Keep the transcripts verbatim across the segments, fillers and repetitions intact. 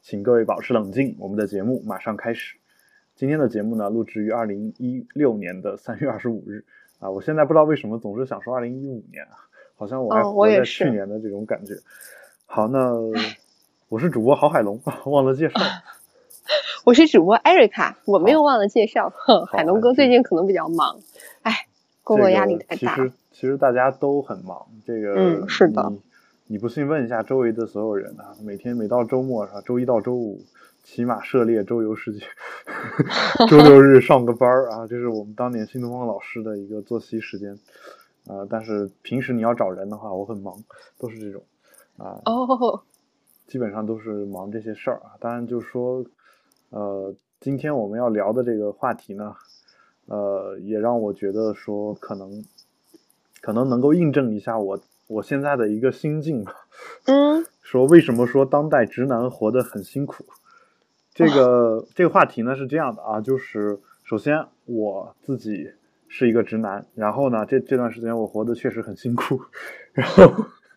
请各位保持冷静，我们的节目马上开始。今天的节目呢，录制于二零一六年的三月二十五日啊。我现在不知道为什么总是想说二零一五年啊，好像我还活在去年的这种感觉。哦、好，那我是主播郝海龙，忘了介绍。 我是主播艾瑞卡，我没有忘了介绍。海龙哥最近可能比较忙，哎，工作压力太大、 这个、其实其实大家都很忙，这个嗯是的。 你你不信问一下周围的所有人啊，每天每到周末啊，周一到周五骑马涉猎周游世界，周六日上个班啊，这是我们当年新东方老师的一个作息时间啊、呃。但是平时你要找人的话，我很忙，都是这种啊。 哦、oh. 基本上都是忙这些事儿啊。当然就是说，呃，今天我们要聊的这个话题呢，呃，也让我觉得说可能可能能够印证一下我。我现在的一个心境， 嗯， 说为什么说当代直男活得很辛苦？这个、哦、这个话题呢是这样的啊，就是首先我自己是一个直男，然后呢这这段时间我活得确实很辛苦，然后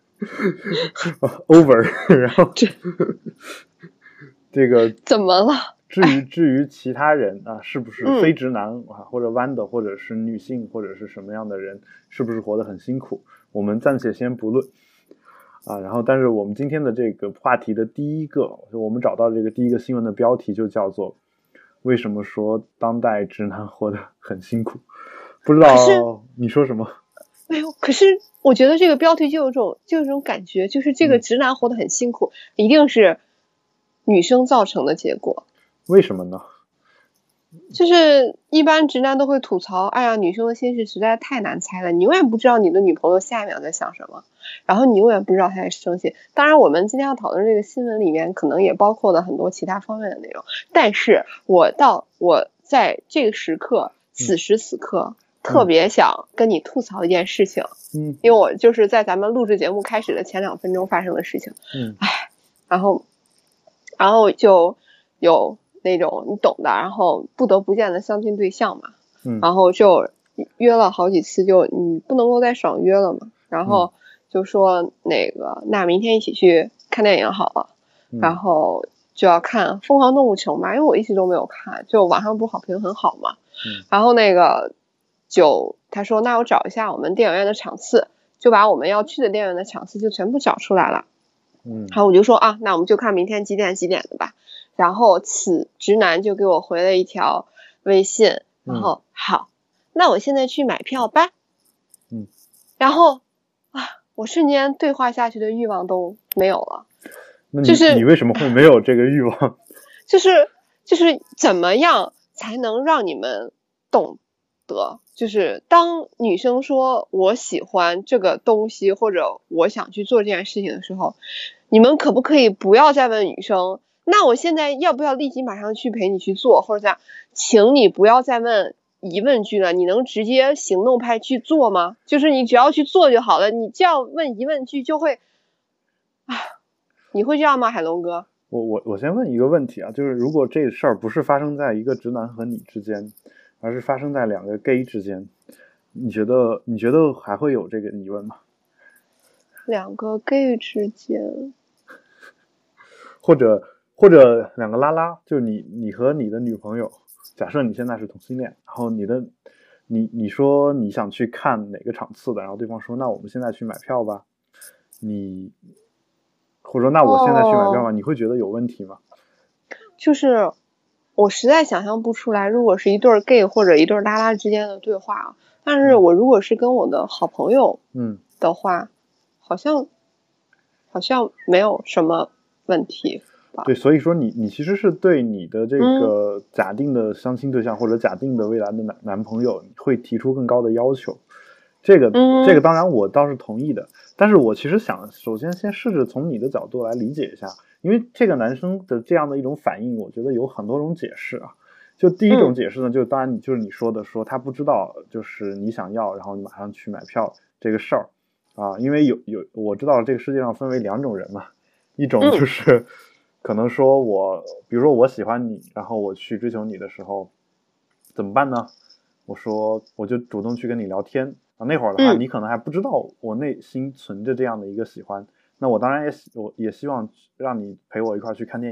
over， 然后这这个怎么了？ 至于至于其他人啊，是不是非直男啊，嗯、或者弯的，或者是女性，或者是什么样的人，是不是活得很辛苦？我们暂且先不论啊。然后，但是我们今天的这个话题的第一个，就我们找到这个第一个新闻的标题就叫做“为什么说当代直男活得很辛苦”？不知道你说什么？ 没有。可是我觉得这个标题就有种就有种感觉，就是这个直男活得很辛苦，嗯、一定是女生造成的结果。 为什么呢？ 就是一般直男都会吐槽，哎呀，女生的心事实在太难猜了，你永远不知道你的女朋友下一秒在想什么，然后你永远不知道她在生气。当然我们今天要讨论这个新闻里面可能也包括了很多其他方面的内容，但是我到我在这个时刻、嗯、此时此刻、嗯、特别想跟你吐槽一件事情， 嗯， 因为我就是在咱们录制节目开始的前两分钟发生的事情， 嗯， 哎，然后然后就有那种你懂的，然后不得不见的相亲对象嘛， 嗯， 然后就约了好几次，就你不能够再爽约了嘛，然后就说那个那明天一起去看电影好了， 嗯、 然后就要看《疯狂动物城》嘛，因为我一直都没有看，就网上不是好评很好嘛， 嗯， 然后那个就他说那我找一下我们电影院的场次，就把我们要去的电影院的场次就全部找出来了， 嗯， 然后我就说啊，那我们就看明天几点几点的吧。然后此直男就给我回了一条微信，然后、嗯、好，那我现在去买票吧。 嗯， 然后啊，我瞬间对话下去的欲望都没有了。 那你、 就是你为什么会没有这个欲望？ 就是就是怎么样才能让你们懂得？就是当女生说我喜欢这个东西，或者我想去做这件事情的时候，你们可不可以不要再问女生？那我现在要不要立即马上去陪你去做，或者这样，请你不要再问疑问句了，你能直接行动派去做吗？就是你只要去做就好了，你这样问疑问句就会，啊，你会这样吗，海龙哥？ 我我我先问一个问题啊，就是如果这事儿不是发生在一个直男和你之间，而是发生在两个 gay 之间，你觉得你觉得还会有这个疑问吗？ 两个 gay 之间， 或者或者两个拉拉，就是你你和你的女朋友，假设你现在是同性恋，然后你的你你说你想去看哪个场次的，然后对方说那我们现在去买票吧，你或者说那我现在去买票吧，哦、你会觉得有问题吗？ 就是我实在想象不出来，如果是一对 gay 或者一对拉拉之间的对话啊，但是我如果是跟我的好朋友嗯的话，嗯、好像好像没有什么问题。 对，所以说你你其实是对你的这个假定的相亲对象、嗯、或者假定的未来的男男朋友会提出更高的要求，这个、嗯、这个当然我倒是同意的，但是我其实想首先先试着从你的角度来理解一下，因为这个男生的这样的一种反应，我觉得有很多种解释啊。就第一种解释呢，嗯、就当然就是你说的，说他不知道就是你想要，然后你马上去买票这个事儿啊，因为有有我知道这个世界上分为两种人嘛，一种就是。嗯可能说我比如说我喜欢你，然后我去追求你的时候怎么办呢？我说我就主动去跟你聊天啊，那会儿的话、嗯、你可能还不知道我内心存着这样的一个喜欢，那我当然也我也希望让你陪我一块去看电影，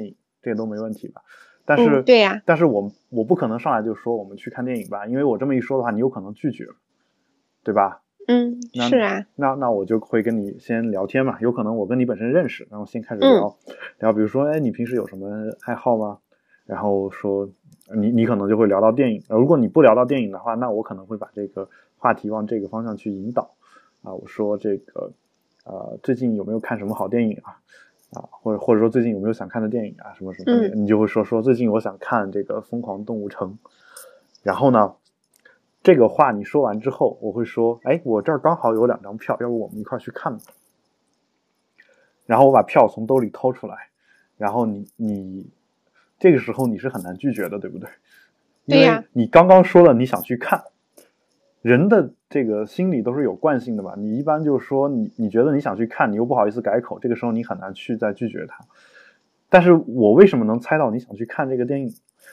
这些都没问题吧。但是、 嗯、对呀、啊， 但是我我不可能上来就说我们去看电影吧，因为我这么一说的话，你有可能拒绝，对吧？ 嗯，是啊。 那那我就会跟你先聊天嘛，有可能我跟你本身认识，然后先开始聊、嗯、聊，比如说，哎，你平时有什么爱好吗？然后说你你可能就会聊到电影，如果你不聊到电影的话，那我可能会把这个话题往这个方向去引导啊。我说这个呃最近有没有看什么好电影啊？啊，或者或者说最近有没有想看的电影啊？什么什么的、嗯，你就会说说最近我想看这个《疯狂动物城》，然后呢，这个话你说完之后，我会说，哎，我这儿刚好有两张票，要不我们一块去看吧？然后我把票从兜里掏出来，然后你你这个时候你是很难拒绝的，对不对？因为你刚刚说了你想去看，人的这个心理都是有惯性的嘛。你一般就是说你你觉得你想去看，你又不好意思改口，这个时候你很难去再拒绝他。但是我为什么能猜到你想去看这个电影？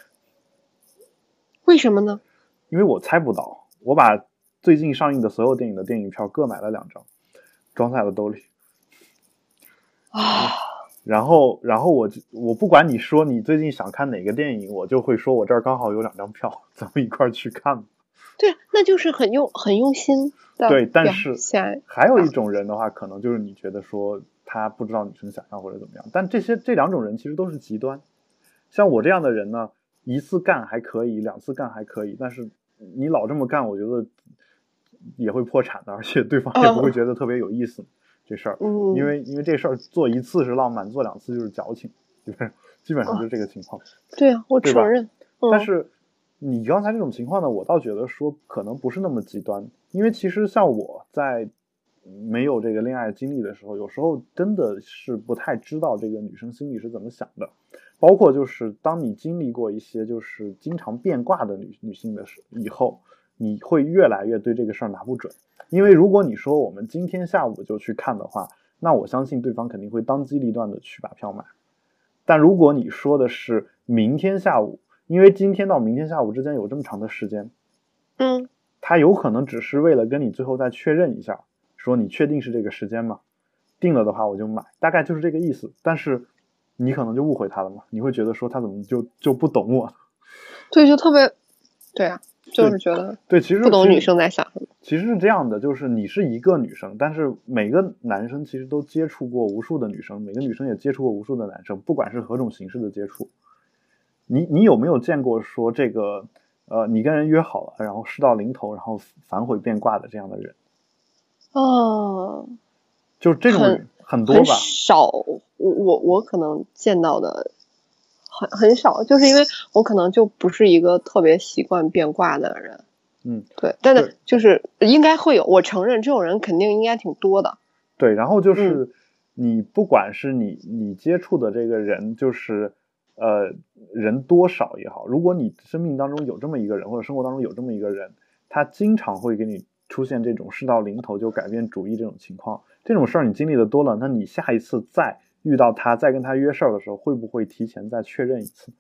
为什么呢？ 因为我猜不到，我把最近上映的所有电影的电影票各买了两张，装在了兜里。 啊、哦， 然后，然后我我不管你说你最近想看哪个电影，我就会说我这儿刚好有两张票，咱们一块儿去看。 对，那就是很用很用心的。 对，但是还有一种人的话，可能就是你觉得说他不知道女生想要或者怎么样，但这些这两种人其实都是极端。像我这样的人呢，一次干还可以，两次干还可以，但是你老这么干，我觉得也会破产的，而且对方也不会觉得特别有意思。哦，这事儿， 嗯， 因为因为这事儿做一次是浪漫，做两次就是矫情，基本上基本上就是这个情况。 哦、对啊，我承认。 嗯、但是你刚才这种情况呢，我倒觉得说可能不是那么极端，因为其实像我在没有这个恋爱经历的时候，有时候真的是不太知道这个女生心里是怎么想的。包括就是当你经历过一些就是经常变卦的女女性的时以后，你会越来越对这个事儿拿不准。因为如果你说我们今天下午就去看的话，那我相信对方肯定会当机立断的去把票买。但如果你说的是明天下午，因为今天到明天下午之间有这么长的时间， 嗯， 他有可能只是为了跟你最后再确认一下，说你确定是这个时间吗？定了的话我就买，大概就是这个意思。但是你可能就误会他了嘛，你会觉得说他怎么就就不懂我？ 对，就特别，对啊，就是觉得对，其实不懂女生在想什么。 其实是这样的，就是你是一个女生，但是每个男生其实都接触过无数的女生，每个女生也接触过无数的男生，不管是何种形式的接触。你你有没有见过说这个呃，你跟人约好了，然后事到临头，然后反悔变卦的这样的人？ 哦， 就这种人很多吧？ 很少，我我我可能见到的很很少，就是因为我可能就不是一个特别习惯变卦的人。 嗯， 对，但是就是应该会有，我承认这种人肯定应该挺多的。 对，然后就是你不管是你你接触的这个人，就是呃人多少也好，如果你生命当中有这么一个人，或者生活当中有这么一个人，他经常会给你出现这种事到临头就改变主意这种情况，这种事儿你经历的多了，那你下一次再遇到他，再跟他约事儿的时候，会不会提前再确认一次？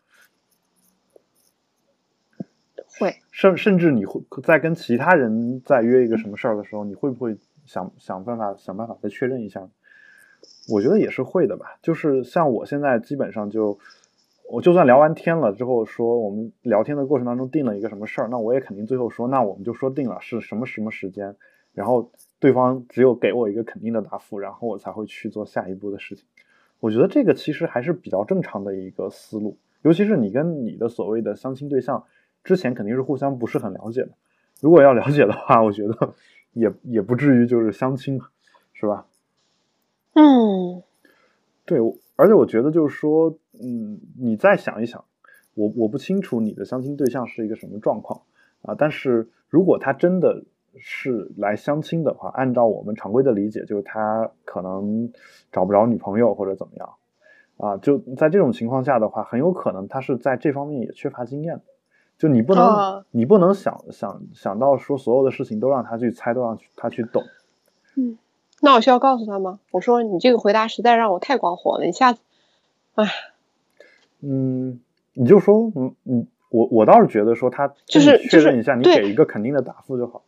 会， 甚甚至你会在跟其他人再约一个什么事儿的时候，你会不会想想办法想办法再确认一下？我觉得也是会的吧。就是像我现在基本上就，我就算聊完天了之后说我们聊天的过程当中定了一个什么事儿，那我也肯定最后说那我们就说定了是什么什么时间，然后对方只有给我一个肯定的答复，然后我才会去做下一步的事情。我觉得这个其实还是比较正常的一个思路，尤其是你跟你的所谓的相亲对象之前肯定是互相不是很了解的，如果要了解的话，我觉得也也不至于就是相亲，是吧？ 嗯， 对，而且我觉得就是说，嗯，你再想一想，我我不清楚你的相亲对象是一个什么状况啊，但是如果他真的是来相亲的话，按照我们常规的理解，就是他可能找不着女朋友或者怎么样啊，就在这种情况下的话，很有可能他是在这方面也缺乏经验的。就你不能、哦、你不能想想想到说所有的事情都让他去猜，都让他去懂。 嗯，那我需要告诉他吗？我说你这个回答实在让我太光火了，你下次，哎， 嗯，你就说，嗯嗯，我我倒是觉得说他就是确认一下， 就是、 你给一个肯定的答复就好。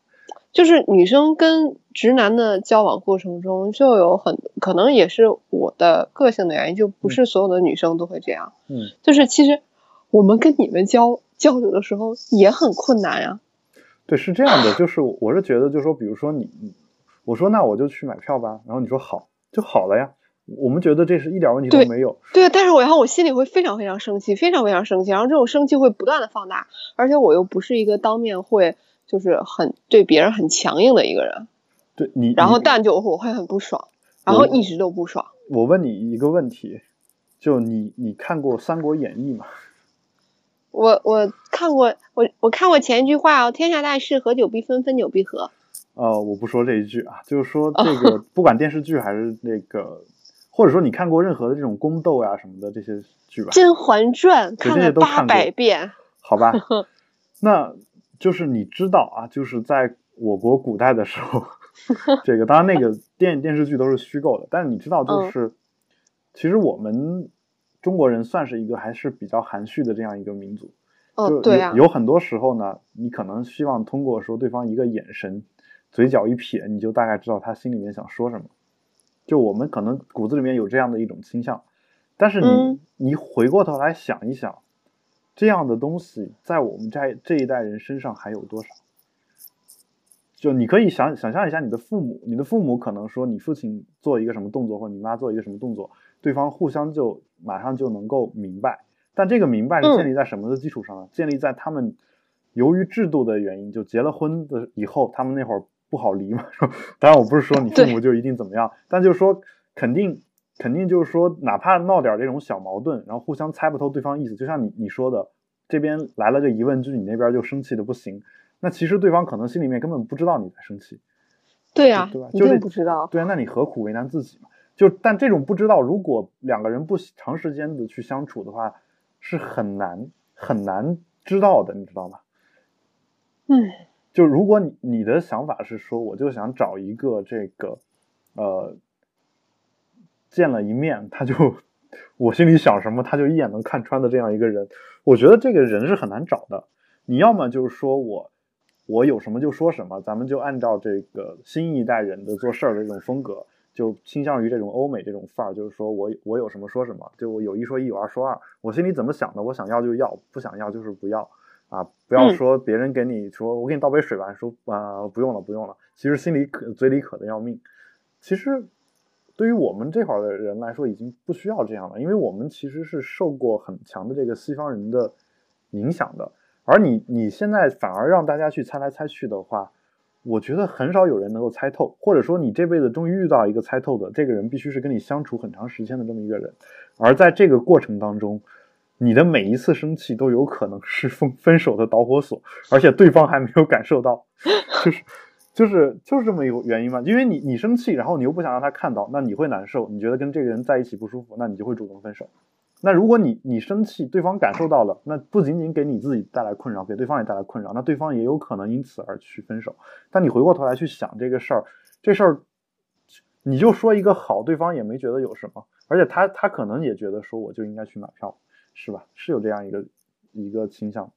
就是女生跟直男的交往过程中，就有很可能也是我的个性的原因，就不是所有的女生都会这样。 嗯， 就是其实我们跟你们交交流的时候也很困难呀。 对，是这样的，就是我是觉得，就是说，比如说你，我说那我就去买票吧，然后你说好就好了呀。我们觉得这是一点问题都没有。 对，对，但是我然后我心里会非常非常生气，非常非常生气，然后这种生气会不断的放大，而且我又不是一个当面会就是很对别人很强硬的一个人。 对你， 然后但就我会很不爽，然后一直都不爽。 我问你一个问题，就你你看过《三国演义》吗？ 我我看过，我我看过前一句话哦，天下大事，合久必分，分久必合。 呃，我不说这一句啊，就是说这个不管电视剧还是那个，或者说你看过任何的这种宫斗呀、啊、什么的这些剧吧，《 甄嬛传》看了八百遍， 好吧？那就是你知道啊，就是在我国古代的时候，这个当然那个电影电视剧都是虚构的，但是你知道，就是、嗯、其实我们中国人算是一个还是比较含蓄的这样一个民族。 哦，对啊， 有很多时候呢，你可能希望通过说对方一个眼神。嘴角一撇，你就大概知道他心里面想说什么。就我们可能骨子里面有这样的一种倾向，但是你、嗯、你回过头来想一想，这样的东西在我们这这一代人身上还有多少？就你可以想想象一下你的父母，你的父母可能说你父亲做一个什么动作，或者你妈做一个什么动作，对方互相就马上就能够明白。但这个明白是建立在什么的基础上呢？嗯、建立在他们由于制度的原因，就结了婚的以后，他们那会儿。不好离嘛，当然我不是说你父母就一定怎么样，但就是说肯定肯定就是说哪怕闹点这种小矛盾，然后互相猜不透对方意思，就像你你说的，这边来了个疑问句，你那边就生气的不行，那其实对方可能心里面根本不知道你在生气。 对啊， 对吧？ 一定不知道。 对啊，那你何苦为难自己嘛？就但这种不知道，如果两个人不长时间的去相处的话，是很难很难知道的，你知道吗？ 嗯。 就如果你你的想法是说，我就想找一个这个，呃，见了一面他就我心里想什么他就一眼能看穿的这样一个人，我觉得这个人是很难找的。你要么就是说我我有什么就说什么，咱们就按照这个新一代人的做事儿的这种风格，就倾向于这种欧美这种范儿，就是说我我有什么说什么，就我有一说一，有二说二，我心里怎么想的，我想要就要，不想要就是不要。啊，不要说别人给你说、嗯、我给你倒杯水吧，说啊、呃、不用了不用了，其实心里渴嘴里渴的要命。其实对于我们这会儿的人来说已经不需要这样了，因为我们其实是受过很强的这个西方人的影响的，而你你现在反而让大家去猜来猜去的话，我觉得很少有人能够猜透，或者说你这辈子终于遇到一个猜透的，这个人必须是跟你相处很长时间的这么一个人，而在这个过程当中你的每一次生气都有可能是分分手的导火索，而且对方还没有感受到，就是就是就是这么一个原因嘛。因为你你生气，然后你又不想让他看到，那你会难受，你觉得跟这个人在一起不舒服，那你就会主动分手。那如果你你生气，对方感受到了，那不仅仅给你自己带来困扰，给对方也带来困扰，那对方也有可能因此而去分手。但你回过头来去想这个事儿，这事儿你就说一个好，对方也没觉得有什么，而且他他可能也觉得说我就应该去买票。是吧？是有这样一个一个倾向。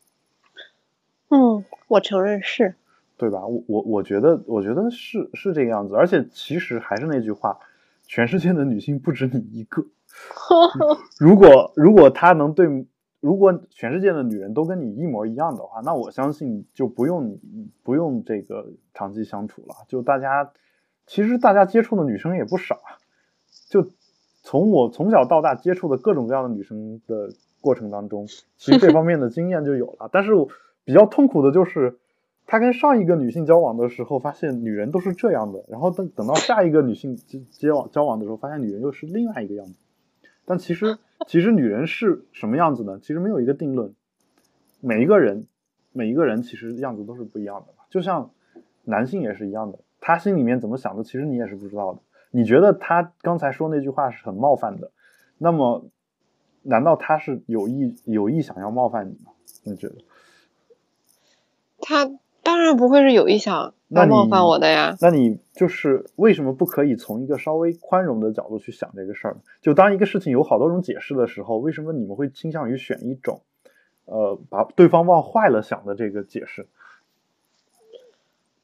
嗯，我承认是。 对吧？我我我觉得我觉得是是这个样子，而且其实还是那句话，全世界的女性不止你一个。如果如果她能对，如果全世界的女人都跟你一模一样的话，那我相信就不用你不用这个长期相处了。就大家其实大家接触的女生也不少啊，就。从我从小到大接触的各种各样的女生的过程当中，其实这方面的经验就有了。但是我比较痛苦的就是，他跟上一个女性交往的时候，发现女人都是这样的，然后等等到下一个女性接往交往的时候，发现女人又是另外一个样子。但其实其实女人是什么样子呢？其实没有一个定论，每一个人每一个人其实样子都是不一样的。就像男性也是一样的，他心里面怎么想的，其实你也是不知道的。你觉得他刚才说那句话是很冒犯的，那么难道他是有意有意想要冒犯你吗？你觉得？ 他当然不会是有意想要冒犯我的呀。 那你就是为什么不可以从一个稍微宽容的角度去想这个事儿呢？就当一个事情有好多种解释的时候，为什么你们会倾向于选一种呃把对方往坏了想的这个解释？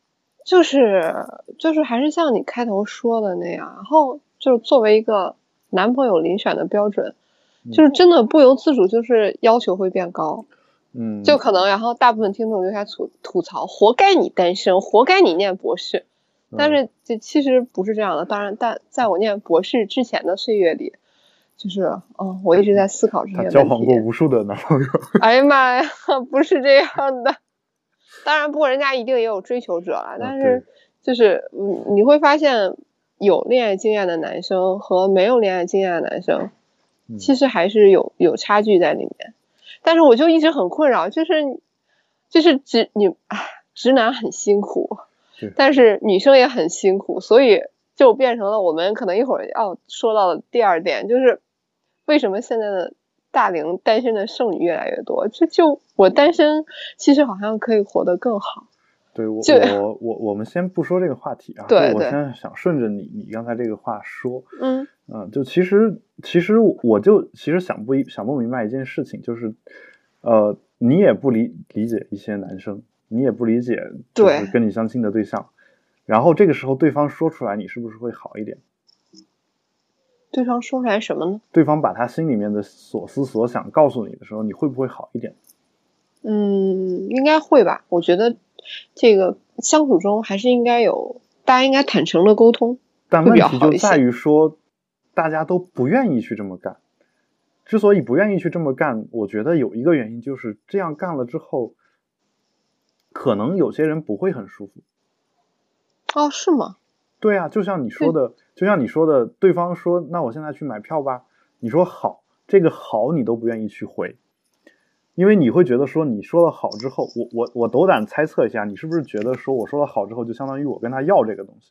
就是就是还是像你开头说的那样，然后就是作为一个男朋友遴选的标准，就是真的不由自主就是要求会变高。 嗯， 就可能然后大部分听众就开始吐吐槽，活该你单身，活该你念博士。但是这其实不是这样的，当然但在我念博士之前的岁月里，就是嗯，我一直在思考这些问题。 他交往过无数的男朋友。 哎呀妈呀，不是这样的。当然，不过人家一定也有追求者了，但是就是嗯，你会发现有恋爱经验的男生和没有恋爱经验的男生，其实还是有有差距在里面。但是我就一直很困扰，就是就是直你唉，直男很辛苦，但是女生也很辛苦，所以就变成了我们可能一会儿要说到的第二点，就是为什么现在的大龄单身的剩女越来越多？就就我单身，其实好像可以活得更好。 对，我我我我们先不说这个话题啊， 对， 我现在想顺着你你刚才这个话说， 嗯嗯、呃，就其实其实我就其实想不想不明白一件事情，就是呃，你也不理理解一些男生，你也不理解就是跟你相亲的对象，然后这个时候对方说出来，你是不是会好一点？ 对方说出来什么呢？ 对方把他心里面的所思所想告诉你的时候，你会不会好一点？ 嗯，应该会吧。我觉得这个相处中还是应该有，大家应该坦诚的沟通。 但问题就在于说，大家都不愿意去这么干。之所以不愿意去这么干，我觉得有一个原因就是这样干了之后，可能有些人不会很舒服。 哦，是吗？ 对啊，就像你说的，就像你说的，对方说那我现在去买票吧，你说好，这个好你都不愿意去回，因为你会觉得说你说了好之后，我我我斗胆猜测一下，你是不是觉得说我说了好之后，就相当于我跟他要这个东西？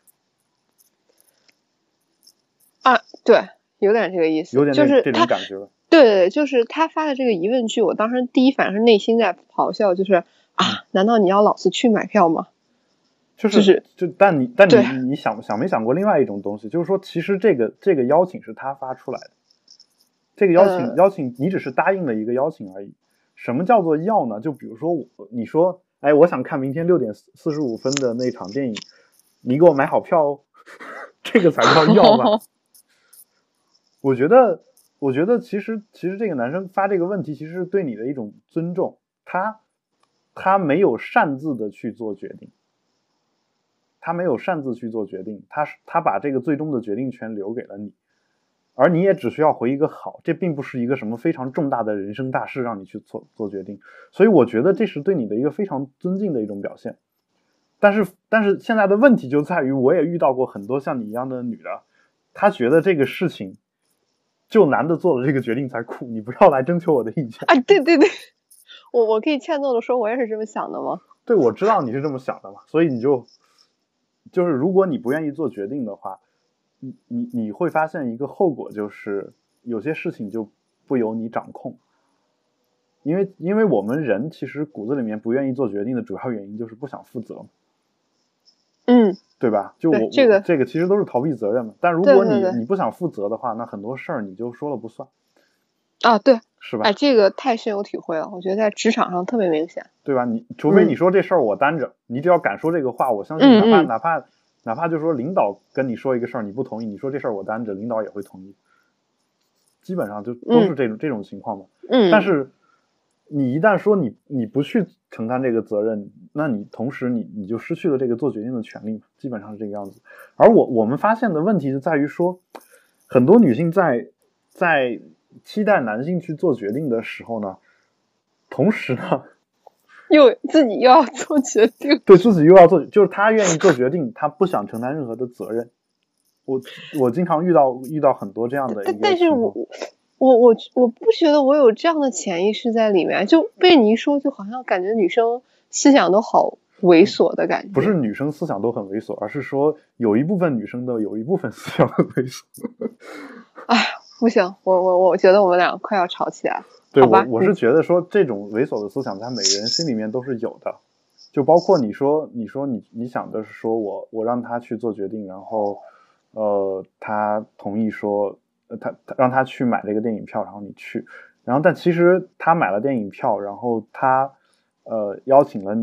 啊，对，有点这个意思， 有点就是这种感觉了。 对对对，就是他发的这个疑问句，我当时第一反应是内心在咆哮，就是啊，嗯、难道你要老子去买票吗？ 就是就是就但你但你你想想没想过另外一种东西，就是说其实这个这个邀请是他发出来的，这个邀请、呃、邀请你只是答应了一个邀请而已。什么叫做要呢？就比如说我你说哎，我想看明天六点四十五分的那场电影，你给我买好票哦，这个才叫要吧。我觉得我觉得其实其实这个男生发这个问题其实是对你的一种尊重，他他没有擅自的去做决定。他没有擅自去做决定，他他把这个最终的决定权留给了你，而你也只需要回一个好，这并不是一个什么非常重大的人生大事让你去做做决定，所以我觉得这是对你的一个非常尊敬的一种表现。但是但是现在的问题就在于，我也遇到过很多像你一样的女的，她觉得这个事情就男的做了这个决定才酷，你不要来征求我的意见啊！对对对，我我可以欠揍的说，我也是这么想的吗？ 对，我知道你是这么想的嘛，所以你就。就是如果你不愿意做决定的话，你你你会发现一个后果，就是有些事情就不由你掌控。因为因为我们人其实骨子里面不愿意做决定的主要原因就是不想负责。 嗯， 对吧？就我这个这个其实都是逃避责任嘛。但如果你对对对你不想负责的话，那很多事儿你就说了不算。 啊，对， 是吧？ 哎，这个太深有体会了，我觉得在职场上特别明显， 对吧？你除非你说这事儿我担着，嗯、你只要敢说这个话，我相信哪怕、嗯、哪怕哪怕就说领导跟你说一个事儿你不同意，你说这事儿我担着，领导也会同意。基本上就都是这种、嗯、这种情况嘛。 嗯。 但是你一旦说你你不去承担这个责任，那你同时你你就失去了这个做决定的权利，基本上是这个样子。而我我们发现的问题就在于说，很多女性在在期待男性去做决定的时候呢，同时呢， 又自己又要做决定， 对自己又要做，就是他愿意做决定，他不想承担任何的责任。我我经常遇到遇到很多这样的一个情况。 但是我我我我不觉得我有这样的潜意识在里面，就被你一说，就好像感觉女生思想都好猥琐的感觉。 不是女生思想都很猥琐，而是说有一部分女生的有一部分思想很猥琐。 哎，不行，我我我觉得我们俩快要吵起来了。 对，我我是觉得说这种猥琐的思想在每个人心里面都是有的，就包括你说你说你你想的是说我我让他去做决定，然后呃他同意说呃他他让他去买这个电影票，然后你去，然后但其实他买了电影票，然后他呃邀请了你，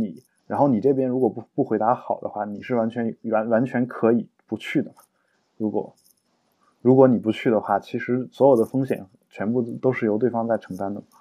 然后你这边如果不不回答好的话，你是完全完完全可以不去的。如果如果你不去的话，其实所有的风险全部都是由对方在承担的。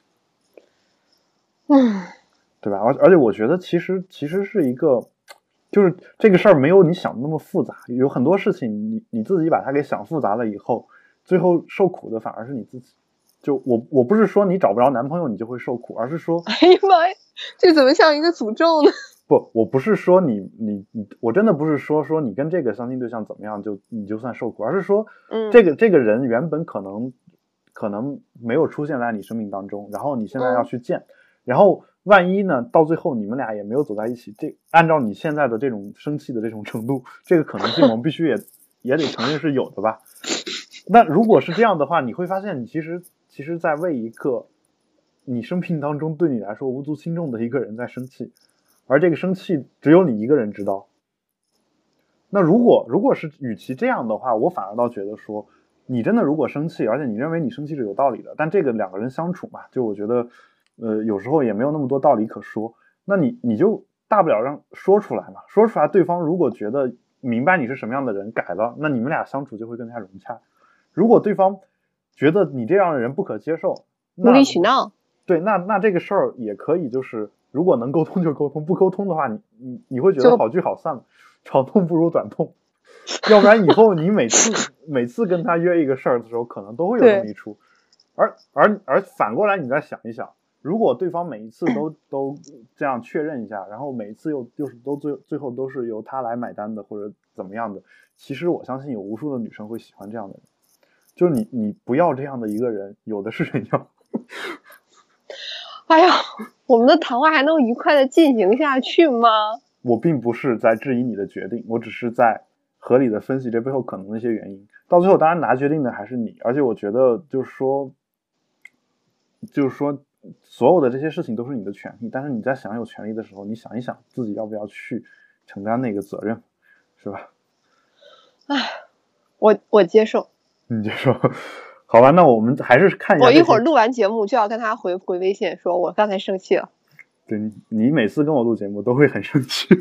嗯， 对吧？而而且我觉得其实其实是一个，就是这个事儿没有你想的那么复杂，有很多事情你你自己把它给想复杂了以后，最后受苦的反而是你自己。就我我不是说你找不着男朋友你就会受苦，而是说， 哎呀妈呀，这怎么像一个诅咒呢？ 不，我不是说你你你，我真的不是说说你跟这个相亲对象怎么样就你就算受苦，而是说， 嗯， 这个这个人原本可能可能没有出现在你生命当中，然后你现在要去见。嗯，然后万一呢，到最后你们俩也没有走在一起，这按照你现在的这种生气的这种程度，这个可能性我们必须也也得承认是有的吧。那如果是这样的话，你会发现你其实其实在为一个你生命当中对你来说无足轻重的一个人在生气，而这个生气只有你一个人知道。那如果如果是与其这样的话，我反而倒觉得说，你真的如果生气，而且你认为你生气是有道理的，但这个两个人相处嘛，就我觉得呃，有时候也没有那么多道理可说，那你你就大不了让说出来嘛，说出来，对方如果觉得明白你是什么样的人，改了，那你们俩相处就会更加融洽。如果对方觉得你这样的人不可接受， 无理取闹， 对，那那这个事儿也可以，就是如果能沟通就沟通，不沟通的话，你你你会觉得好聚好散嘛，长痛不如短痛，要不然以后你每次每次跟他约一个事儿的时候，可能都会有那么一出。而而而反过来，你再想一想，如果对方每一次都都这样确认一下，然后每一次又就是都最最后都是由他来买单的，或者怎么样的，其实我相信有无数的女生会喜欢这样的人。就是你你不要这样的一个人，有的是人要。 哎呀，我们的谈话还能愉快的进行下去吗？ 我并不是在质疑你的决定，我只是在合理的分析这背后可能的一些原因。到最后当然拿决定的还是你，而且我觉得就是说就是说所有的这些事情都是你的权利，但是你在享有权利的时候，你想一想自己要不要去承担那个责任，是吧？ 唉，我我接受。 你接受。好吧，那我们还是看一下。 我一会儿录完节目就要跟他回回微信说我刚才生气了。 对，你每次跟我录节目都会很生气。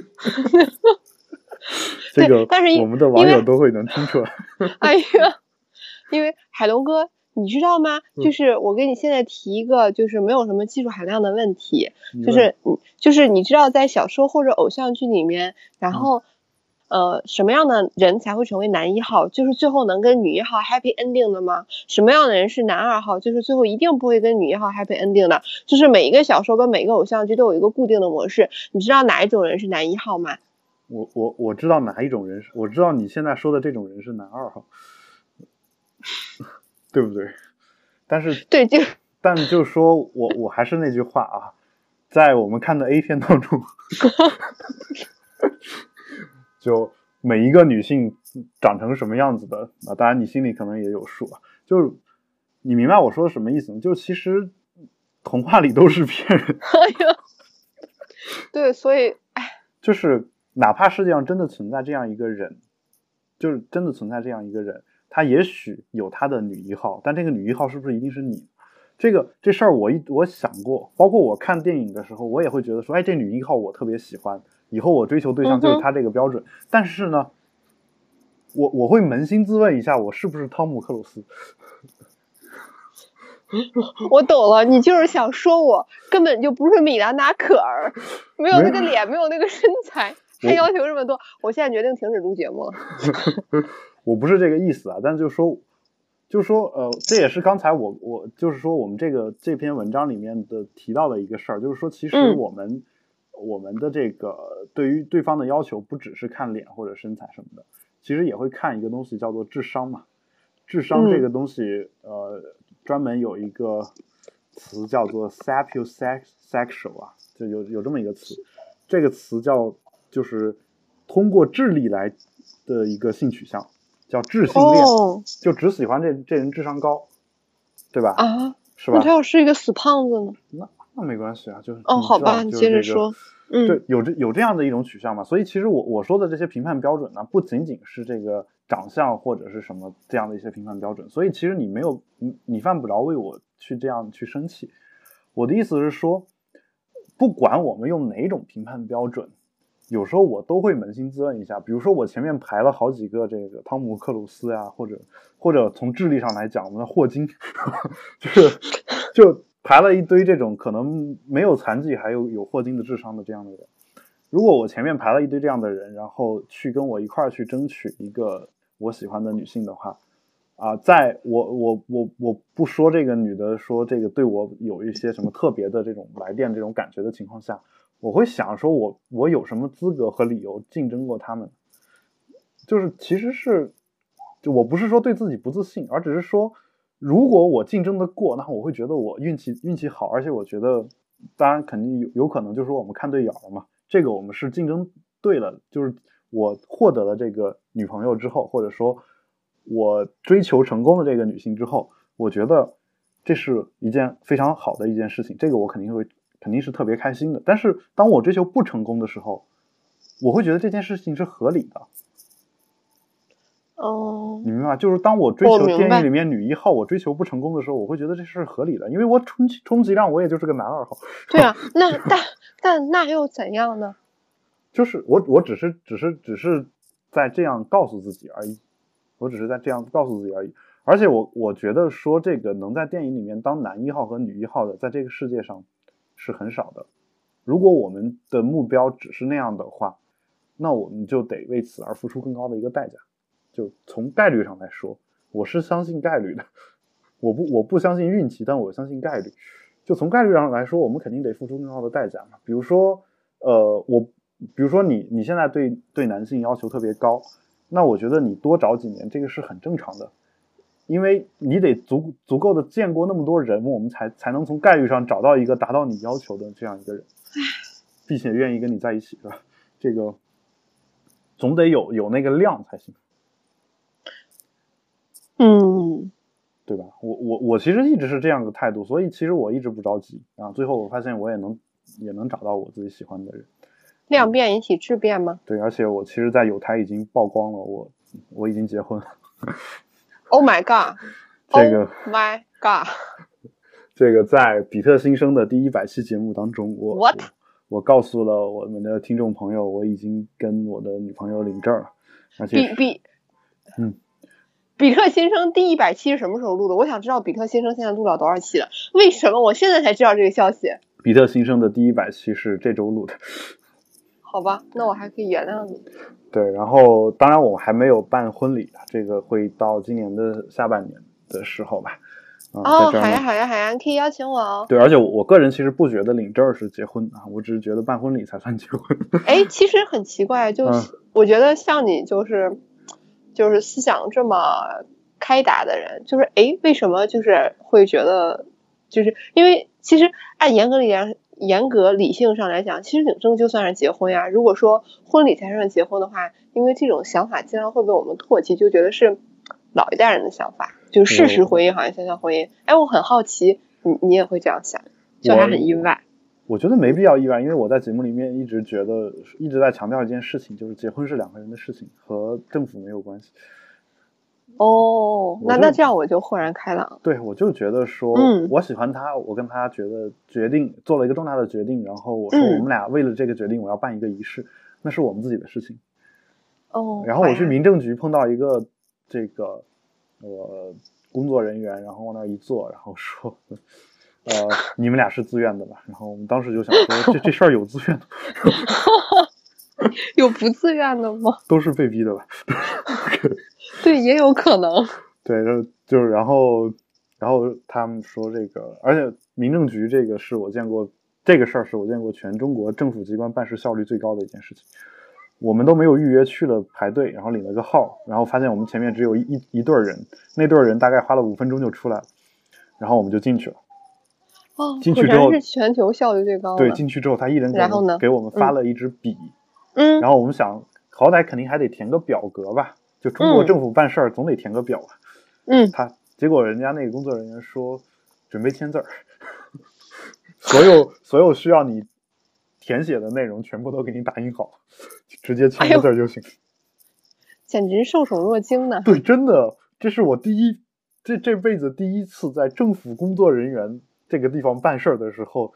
这个但是我们的网友都会能听出来。 哎呀，因为海龙哥你知道吗，就是我给你现在提一个就是没有什么技术含量的问题，就是就是你知道在小说或者偶像剧里面，然后、嗯呃，什么样的人才会成为男一号？就是最后能跟女一号 happy ending 的吗？什么样的人是男二号？就是最后一定不会跟女一号 happy ending 的。就是每一个小说跟每一个偶像剧都有一个固定的模式。你知道哪一种人是男一号吗？ 我我我知道哪一种人是，我知道你现在说的这种人是男二号，对不对？但是对，就但就是说我我还是那句话啊，在我们看的 A 片当中。就每一个女性长成什么样子的啊，当然你心里可能也有数啊。就是你明白我说的什么意思吗？就其实童话里都是骗人。 哎呀，对，所以哎， 就是哪怕世界上真的存在这样一个人，就是真的存在这样一个人，他也许有他的女一号，但这个女一号是不是一定是你？这个这事儿我一我想过，包括我看电影的时候，我也会觉得说，哎，这女一号我特别喜欢。以后我追求对象就是他这个标准、嗯、但是呢我我会扪心自问一下，我是不是汤姆克鲁斯。 我懂了，你就是想说我根本就不是米兰达可儿，没有那个脸，没有那个身材，还要求这么多。我现在决定停止录节目了。 我不是这个意思啊，但是就说就说呃，这也是刚才我我就是说我们这个这篇文章里面的提到的一个事儿，就是说其实我们、嗯我们的这个对于对方的要求不只是看脸或者身材什么的，其实也会看一个东西叫做智商嘛。智商这个东西、嗯、呃专门有一个词叫做 sapiosexual 啊，就有有这么一个词，这个词叫就是通过智力来的一个性取向，叫智性恋、哦、就只喜欢这这人智商高，对吧？ 啊， 是吧？ 那他要是一个死胖子呢？ 那那没关系啊，就是哦，好吧，你接着说。嗯， 对，有这有这样的一种取向嘛，所以其实我我说的这些评判标准呢，不仅仅是这个长相或者是什么这样的一些评判标准，所以其实你没有你你犯不着为我去这样去生气。我的意思是说， 不管我们用哪种评判标准，有时候我都会扪心自问一下。比如说我前面排了好几个这个汤姆克鲁斯呀，或者或者从智力上来讲，我们的霍金，就是就排了一堆这种可能没有残疾还有有霍金的智商的这样的人。如果我前面排了一堆这样的人，然后去跟我一块儿去争取一个我喜欢的女性的话，啊、呃，在我我我我不说这个女的说这个对我有一些什么特别的这种来电这种感觉的情况下，我会想说我我有什么资格和理由竞争过他们？就是其实是，就我不是说对自己不自信，而只是说，如果我竞争得过，那我会觉得我运气运气好，而且我觉得，当然肯定有有可能就是说我们看对眼了嘛。这个我们是竞争对了，就是我获得了这个女朋友之后，或者说我追求成功的这个女性之后，我觉得这是一件非常好的一件事情，这个我肯定会肯定是特别开心的。但是当我追求不成功的时候，我会觉得这件事情是合理的。 哦， 你明白吗？就是当我追求电影里面女一号，我追求不成功的时候，我会觉得这是合理的，因为我充充其量我也就是个男二号。 对啊，那但但那又怎样呢？ 就是我我只是只是只是在这样告诉自己而已，我只是在这样告诉自己而已。而且我我觉得说这个能在电影里面当男一号和女一号的，在这个世界上是很少的。如果我们的目标只是那样的话，那我们就得为此而付出更高的一个代价。就从概率上来说，我是相信概率的，我不我不相信运气，但我相信概率。就从概率上来说，我们肯定得付出更高的代价嘛。比如说，呃，我比如说你你现在对对男性要求特别高，那我觉得你多找几年，这个是很正常的，因为你得足足够的见过那么多人，我们才才能从概率上找到一个达到你要求的这样一个人，并且愿意跟你在一起，是吧？这个总得有有那个量才行。 嗯， 对吧？我我我其实一直是这样的态度，所以其实我一直不着急啊。最后我发现我也能也能找到我自己喜欢的人。 量变引起质变吗？ 对，而且我其实在有台已经曝光了，我我已经结婚了。 Oh my god！ 这个 Oh my god！ 这个在比特新生的第一百期节目当中，我 What？ 我, 我告诉了我们的听众朋友，我已经跟我的女朋友领证了，而且比比嗯。 比特新生第一百期是什么时候录的？我想知道比特新生现在录了多少期了？为什么我现在才知道这个消息？ 比特新生的第一百期是这周录的。 好吧，那我还可以原谅你。 对，然后当然我还没有办婚礼，这个会到今年的下半年的时候吧。 嗯、哦，好呀好呀好呀，你可以邀请我哦。 对，而且我我个人其实不觉得领证是结婚啊，我只是觉得办婚礼才算结婚。 哎，其实很奇怪，就是、嗯、我觉得像你就是就是思想这么开达的人，就是哎，为什么就是会觉得，就是因为其实按严格理讲。严格理性上来讲，其实领证就算是结婚呀。如果说婚礼才算结婚的话，因为这种想法经常会被我们唾弃，就觉得是老一代人的想法，就是事实婚姻好像像像婚姻。哎，我很好奇，你你也会这样想，就还很意外。 我, 我觉得没必要意外，因为我在节目里面一直觉得一直在强调一件事情，就是结婚是两个人的事情，和政府没有关系。 哦，那那这样我就豁然开朗。 对，我就觉得说，嗯，我喜欢他，我跟他觉得决定做了一个重大的决定，然后我说我们俩为了这个决定，我要办一个仪式，嗯、那是我们自己的事情。 哦。 然后我去民政局碰到一个这个呃工作人员，然后往那一坐，然后说，呃，你们俩是自愿的吧？然后我们当时就想说，这这事儿有自愿的。 有不自愿的吗？ 都是被逼的吧。 对，也有可能。 对，就是然后然后他们说这个，而且民政局这个是我见过，这个事儿是我见过全中国政府机关办事效率最高的一件事情。我们都没有预约，去了排队，然后领了个号，然后发现我们前面只有一一一对人，那对人大概花了五分钟就出来了，然后我们就进去了。 哦， 进去之后是全球效率最高的。 对，进去之后他一人给我们然后呢给我们发了一支笔。 嗯， 然后我们想，好歹肯定还得填个表格吧，就中国政府办事儿总得填个表吧。 嗯， 他结果人家那个工作人员说准备签字儿，所有所有需要你填写的内容全部都给你打印好，直接签个字儿就行。哎、 简直受宠若惊呢。 对，真的，这是我第一这这辈子第一次在政府工作人员这个地方办事儿的时候，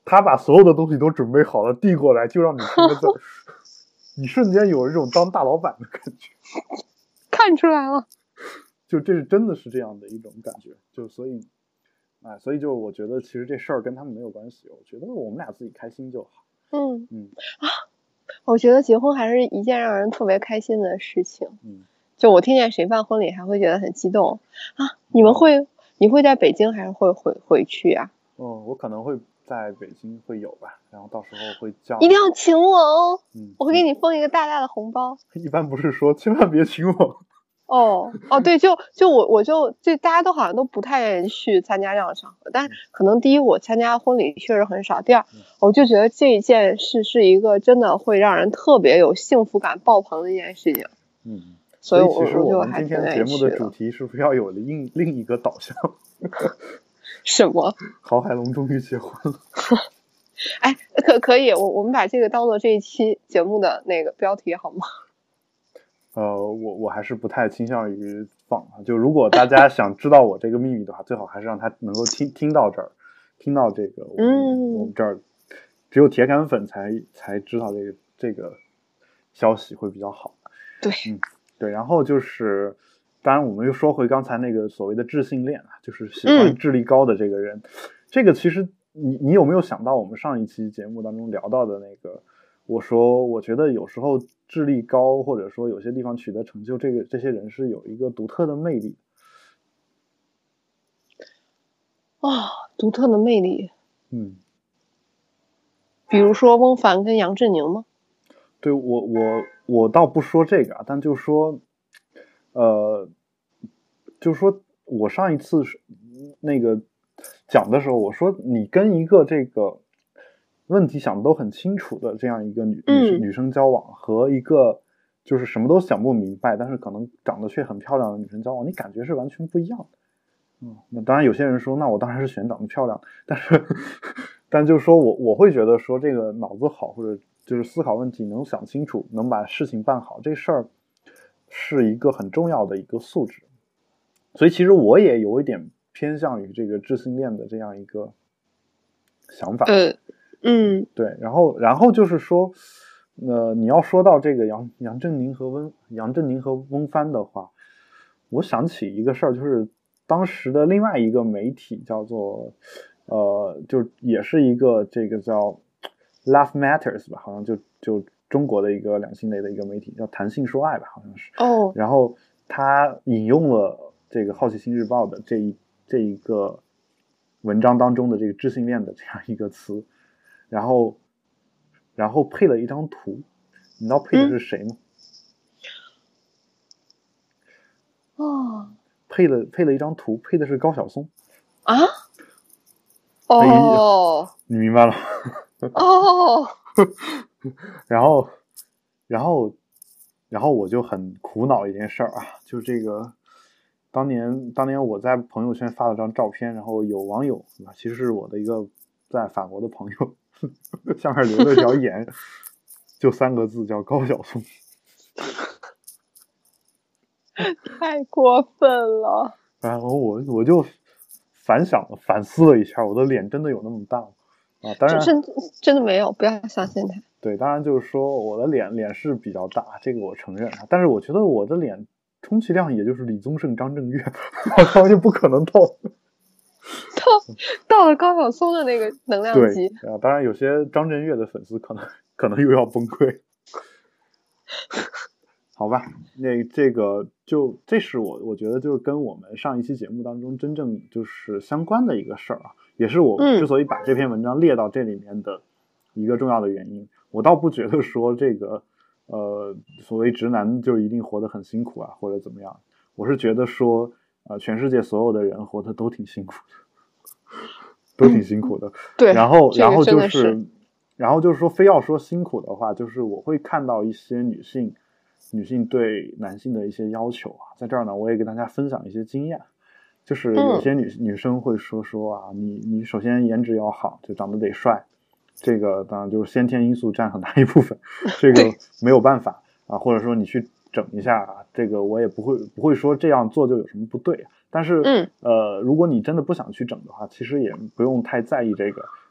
他把所有的东西都准备好了递过来，就让你签个字，你瞬间有这种当大老板的感觉。 看出来了， 就这是真的是这样的一种感觉，就所以，哎，所以就我觉得其实这事儿跟他们没有关系，我觉得我们俩自己开心就好。 嗯嗯啊，我觉得结婚还是一件让人特别开心的事情。 嗯， 就我听见谁办婚礼还会觉得很激动啊！你们会，你会在北京还是会回回去啊？ 哦，我可能会在北京会有吧，然后到时候会叫， 一定要请我哦！ 嗯， 我会给你封一个大大的红包。 一般不是说千万别请我。 哦哦，对，就就我我就就大家都好像都不太愿意去参加这样的场合，但可能第一我参加婚礼确实很少，第二我就觉得这一件事是一个真的会让人特别有幸福感爆棚的一件事情。 嗯， 所以其实我我们今天节目的主题是不是要有另另一个导向？ 什么？ 郝海龙终于结婚了。 哎，可可以，我我们把这个当做这一期节目的那个标题好吗？ 呃，我我还是不太倾向于放。就如果大家想知道我这个秘密的话，最好还是让他能够听听到这儿，听到这个我们、嗯、我们这儿只有铁杆粉才才知道这个这个消息会比较好。 对， 嗯，对。然后就是，当然我们又说回刚才那个所谓的智性恋啊，就是喜欢智力高的这个人。嗯、这个其实你你有没有想到我们上一期节目当中聊到的那个？我说，我觉得有时候智力高，或者说有些地方取得成就，这个这些人是有一个独特的魅力。 啊、哦，独特的魅力。 嗯， 比如说翁帆跟杨振宁吗？ 对，我我我倒不说这个啊，但就说，呃，就说我上一次那个讲的时候，我说你跟一个这个。问题想的都很清楚的这样一个女女女生交往，和一个就是什么都想不明白，但是可能长得却很漂亮的女生交往，你感觉是完全不一样的。嗯，那当然有些人说，那我当然是选长得漂亮，但是但就是说我我会觉得说这个脑子好，或者就是思考问题能想清楚，能把事情办好，这事儿是一个很重要的一个素质。所以其实我也有一点偏向于这个智性恋的这样一个想法。 呃嗯， 对，然后，然后就是说，呃，你要说到这个杨杨振宁和温杨振宁和翁帆的话，我想起一个事儿，就是当时的另外一个媒体叫做，呃，就也是一个这个叫 Love Matters 吧，好像就就中国的一个两性类的一个媒体叫谈性说爱吧，好像是。 哦。 然后他引用了这个《好奇心日报》的这一这一个文章当中的这个智性恋的这样一个词。然后，然后配了一张图，你知道配的是谁吗？ 嗯、哦， 配了配了一张图，配的是高晓松。 啊？哦， 你明白了？ 哦。 然后，然后，然后我就很苦恼一件事儿啊，就这个，当年当年我在朋友圈发了张照片，然后有网友其实是我的一个在法国的朋友。下面留了一条言，就三个字，叫高晓松。 太过分了。 然后我我就反想了反思了一下，我的脸真的有那么大吗？啊，当然真真的没有，不要相信他。 对，当然就是说我的脸脸是比较大，这个我承认。但是我觉得我的脸充其量也就是李宗盛、张震岳，完全不可能到。 到到了高晓松的那个能量级啊，当然有些张震岳的粉丝可能可能又要崩溃。好吧，那这个就这是我我觉得就是跟我们上一期节目当中真正就是相关的一个事儿啊，也是我之所以把这篇文章列到这里面的一个重要的原因。嗯、我倒不觉得说这个呃所谓直男就一定活得很辛苦啊，或者怎么样。我是觉得说呃全世界所有的人活得都挺辛苦的，都挺辛苦的。嗯、 对， 然后然后就是。 是然后就是说非要说辛苦的话，就是我会看到一些女性。女性对男性的一些要求啊，在这儿呢，我也给大家分享一些经验。就是有些女、嗯、女生会说说啊，你你首先颜值要好，就长得得帅，这个当然就是先天因素占很大一部分，这个没有办法啊。或者说你去整一下啊，这个我也不会不会说这样做就有什么不对。但是、 嗯、 呃，如果你真的不想去整的话，其实也不用太在意这个。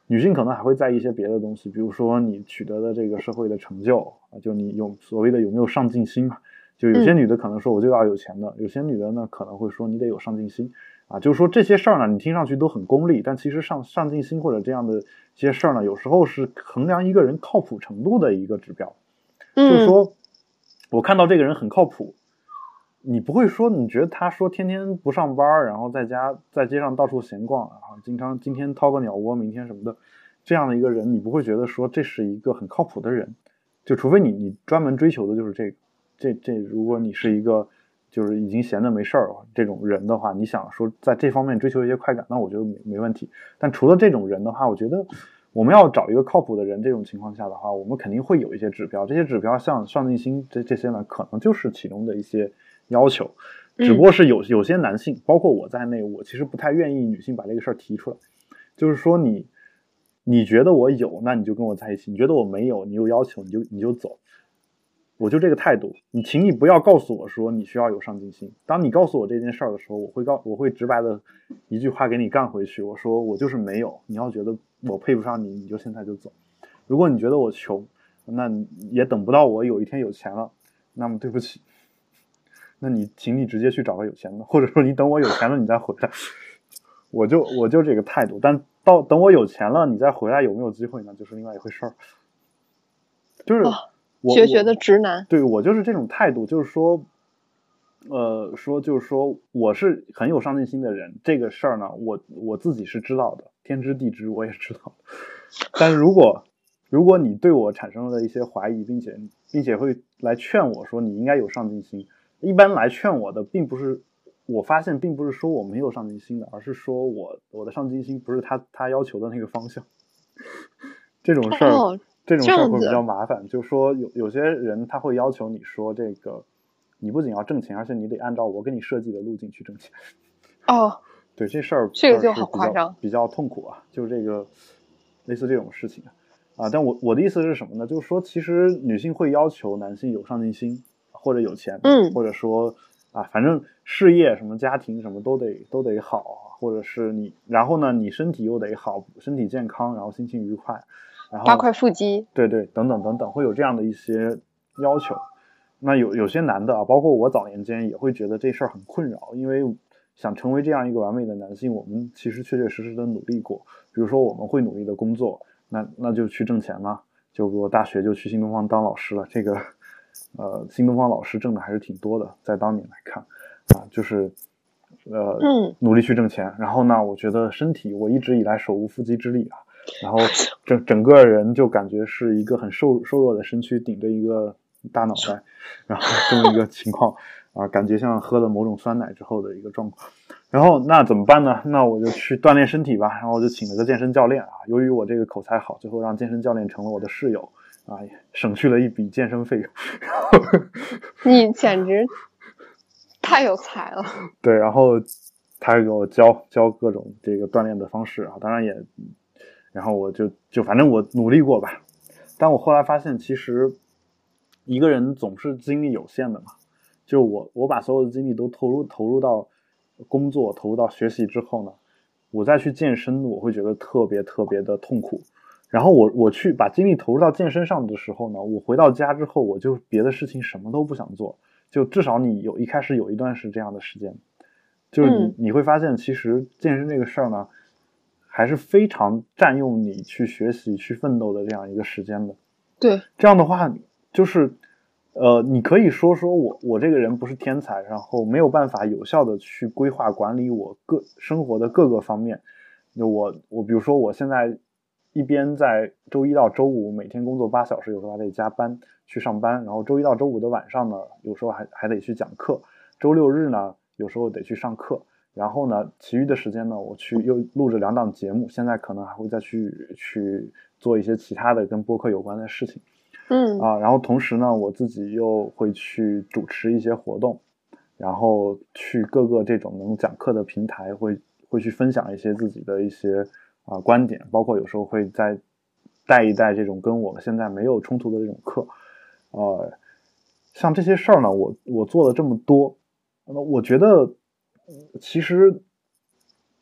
女性可能还会在意一些别的东西，比如说你取得的这个社会的成就啊，就你有所谓的有没有上进心嘛。就有些女的可能说我就要有钱的，嗯、有些女的呢可能会说你得有上进心啊。就是说这些事儿呢，你听上去都很功利，但其实上上进心或者这样的一些事儿呢，有时候是衡量一个人靠谱程度的一个指标。嗯、就是说我看到这个人很靠谱，你不会说你觉得他说天天不上班，然后在家在街上到处闲逛啊，经常今天掏个鸟窝，明天什么的，这样的一个人，你不会觉得说这是一个很靠谱的人，就除非你你专门追求的就是这个。这这，如果你是一个就是已经闲得没事儿这种人的话，你想说在这方面追求一些快感，那我觉得没没问题。但除了这种人的话，我觉得我们要找一个靠谱的人，这种情况下的话，我们肯定会有一些指标。这些指标像上进心这这些呢，可能就是其中的一些要求。只不过是有有些男性，包括我在内，我其实不太愿意女性把这个事儿提出来。就是说你你觉得我有，那你就跟我在一起；你觉得我没有，你有要求，你就你就走。我就这个态度，你请你不要告诉我说你需要有上进心。当你告诉我这件事儿的时候，我会告我会直白的一句话给你干回去，我说我就是没有。你要觉得我配不上你，你就现在就走。如果你觉得我穷，那也等不到我有一天有钱了，那么对不起，那你请你直接去找个有钱的，或者说你等我有钱了你再回来。我就我就这个态度，但到等我有钱了你再回来有没有机会呢，就是另外一回事儿。就是。哦学学的直男， 对，我就是这种态度，就是说，呃，说就是说，我是很有上进心的人，这个事儿呢，我我自己是知道的，天知地知，我也知道。但是如果如果你对我产生了一些怀疑，并且并且会来劝我说你应该有上进心，一般来劝我的，并不是我发现，并不是说我没有上进心的，而是说我我的上进心不是他他要求的那个方向。这种事儿。哦这种事儿会比较麻烦，就是说有有些人他会要求你说这个，你不仅要挣钱，而且你得按照我给你设计的路径去挣钱。 哦， 对，这事儿这个就好夸张， 比较痛苦啊，就是这个类似这种事情啊。但我我的意思是什么呢？就是说，其实女性会要求男性有上进心，或者有钱， 嗯， 或者说啊，反正事业什么、家庭什么都得都得好，或者是你，然后呢，你身体又得好，身体健康，然后心情愉快。然后八块腹肌， 对对，等等等等，会有这样的一些要求。那有有些男的啊，包括我早年间也会觉得这事儿很困扰，因为想成为这样一个完美的男性，我们其实确确实实的努力过。比如说我们会努力的工作，那那就去挣钱嘛。就我大学就去新东方当老师了，这个呃新东方老师挣的还是挺多的，在当年来看啊，就是呃嗯努力去挣钱。然后呢，我觉得身体我一直以来手无缚鸡之力啊。然后整整个人就感觉是一个很瘦瘦弱的身躯顶着一个大脑袋，然后这么一个情况啊，感觉像喝了某种酸奶之后的一个状况。然后那怎么办呢？那我就去锻炼身体吧。然后我就请了个健身教练啊。由于我这个口才好，最后让健身教练成了我的室友啊，省去了一笔健身费用。 你简直太有才了。 对，然后他给我教教各种这个锻炼的方式啊，当然也。然后我就就反正我努力过吧，但我后来发现，其实一个人总是精力有限的嘛。就我我把所有的精力都投入投入到工作、投入到学习之后呢，我再去健身，我会觉得特别特别的痛苦。然后我我去把精力投入到健身上的时候呢，我回到家之后，我就别的事情什么都不想做。就至少你有一开始有一段是这样的时间，就是你、嗯、你会发现，其实健身这个事儿呢。还是非常占用你去学习、去奋斗的这样一个时间的。 对， 这样的话，就是，呃，你可以说说我我这个人不是天才，然后没有办法有效的去规划管理我各生活的各个方面。我我比如说我现在一边在周一到周五每天工作八小时，有时候还得加班去上班，然后周一到周五的晚上呢，有时候还还得去讲课，周六日呢，有时候得去上课。然后呢，其余的时间呢，我去又录着两档节目，现在可能还会再去去做一些其他的跟播客有关的事情， 嗯啊，然后同时呢，我自己又会去主持一些活动，然后去各个这种能讲课的平台会会去分享一些自己的一些啊观点，包括有时候会再带一带这种跟我们现在没有冲突的这种课，呃，像这些事儿呢，我我做了这么多，那么我觉得。其实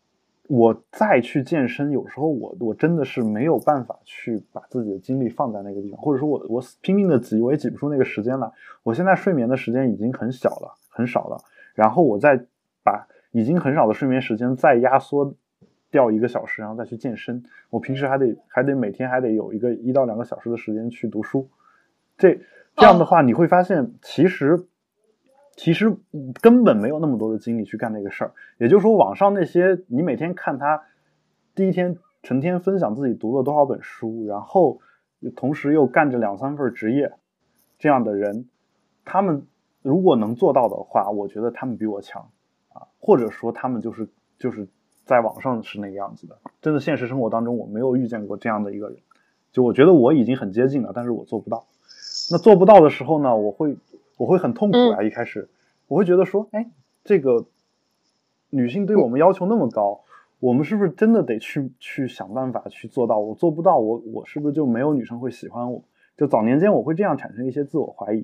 我再去健身，有时候我我真的是没有办法去把自己的精力放在那个地方，或者说我我拼命的挤，我也挤不出那个时间来。我现在睡眠的时间已经很小了，很少了，然后我再把已经很少的睡眠时间再压缩掉一个小时，然后再去健身。我平时还得还得每天还得有一个一到两个小时的时间去读书。这这样的话，你会发现其实。其实根本没有那么多的精力去干那个事儿，也就是说，网上那些你每天看他第一天成天分享自己读了多少本书，然后同时又干着两三份职业，这样的人，他们如果能做到的话，我觉得他们比我强啊，或者说他们就是就是在网上是那个样子的，真的现实生活当中我没有遇见过这样的一个人，就我觉得我已经很接近了，但是我做不到。那做不到的时候呢，我会。我会很痛苦啊！一开始，我会觉得说，哎，这个女性对我们要求那么高，我们是不是真的得去去想办法去做到？我做不到，我我是不是就没有女生会喜欢我？就早年间我会这样产生一些自我怀疑，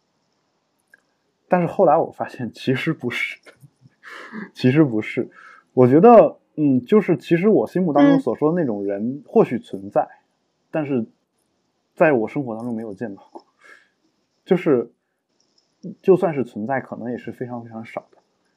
但是后来我发现其实不是，其实不是。我觉得，嗯，就是其实我心目当中所说的那种人或许存在，但是在我生活当中没有见到过，就是。就算是存在，可能也是非常非常少的。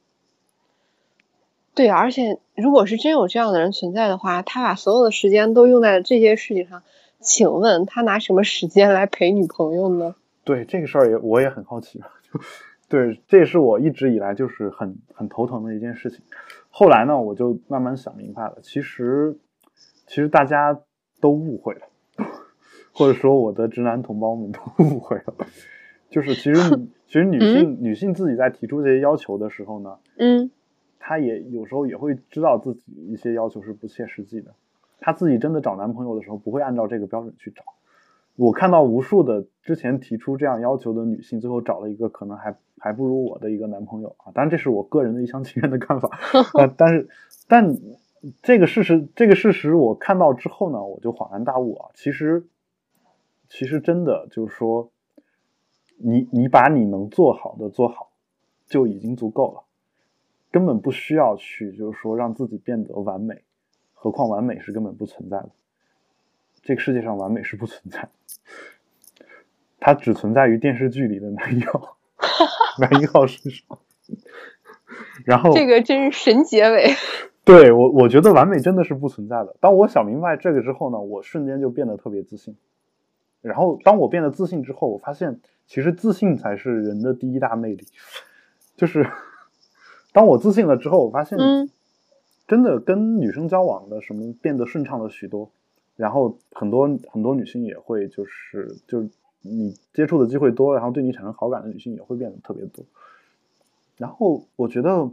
对，而且如果是真有这样的人存在的话，他把所有的时间都用在了这些事情上，请问他拿什么时间来陪女朋友呢？ 对，这个事儿也我也很好奇。对，这也是我一直以来就是很很头疼的一件事情。后来呢，我就慢慢想明白了，其实其实大家都误会了，或者说我的直男同胞们都误会了。就是其实其实女性、嗯、女性自己在提出这些要求的时候呢， 嗯， 她也有时候也会知道自己一些要求是不切实际的。她自己真的找男朋友的时候，不会按照这个标准去找。我看到无数的之前提出这样要求的女性，最后找了一个可能还还不如我的一个男朋友啊。当然这是我个人的一厢情愿的看法，啊、但是但这个事实这个事实我看到之后呢，我就恍然大悟啊，其实其实真的就是说。你你把你能做好的做好就已经足够了，根本不需要去就是说让自己变得完美，何况完美是根本不存在的，这个世界上完美是不存在的，它只存在于电视剧里的男一号男一号身上。然后这个真是神结尾。 对，我我觉得完美真的是不存在的。当我想明白这个之后呢，我瞬间就变得特别自信。然后当我变得自信之后，我发现其实自信才是人的第一大魅力。就是当我自信了之后，我发现真的跟女生交往的什么变得顺畅了许多，然后很多很多女性也会就是就你接触的机会多，然后对你产生好感的女性也会变得特别多。然后我觉得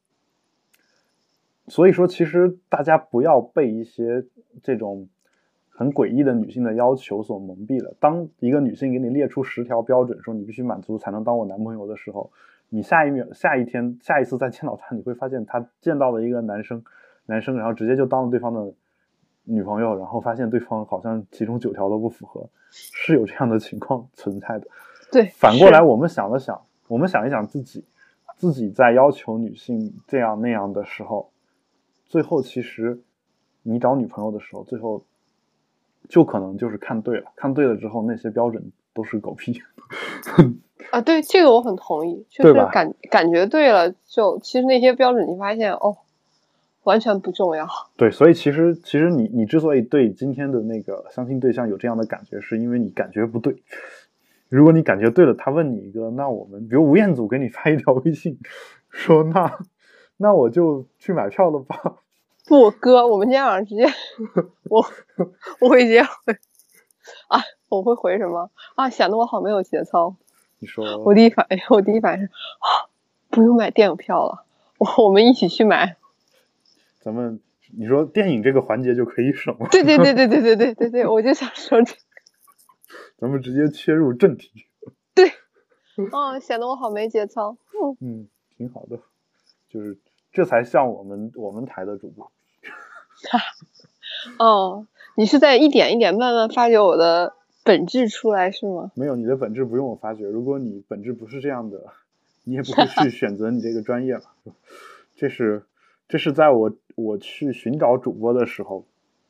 所以说其实大家不要被一些这种很诡异的女性的要求所蒙蔽了。当一个女性给你列出十条标准，说你必须满足才能当我男朋友的时候，你下一秒、下一天、下一次再见到他，你会发现他见到了一个男生，男生，然后直接就当了对方的女朋友，然后发现对方好像其中九条都不符合，是有这样的情况存在的。 对， 反过来我们想了想，我们想一想自己，自己在要求女性这样那样的时候，最后其实你找女朋友的时候，最后就可能就是看对了，看对了之后那些标准都是狗屁。 啊，对，这个我很同意，就是感感觉对了，就其实那些标准你发现哦，完全不重要。 对，所以其实其实你你之所以对今天的那个相亲对象有这样的感觉，是因为你感觉不对。如果你感觉对了，他问你一个，那我们比如吴彦祖给你发一条微信，说那那我就去买票了吧。 不哥，我们今天晚上直接我我会直接回啊，我会回什么啊？显得我好没有节操。 你说我第一反应，我第一反应是啊，不用买电影票了，我我们一起去买。 咱们你说电影这个环节就可以省了。 对对对对对对对对对，我就想说这个。 咱们直接切入正题。 对，哦，显得我好没节操。 嗯嗯，挺好的，就是这才像我们我们台的主播。 哦，你是在一点一点慢慢发掘我的本质出来是吗？ 没有，你的本质不用我发掘。如果你本质不是这样的，你也不会去选择你这个专业了。这是这是在我我去寻找主播的时候，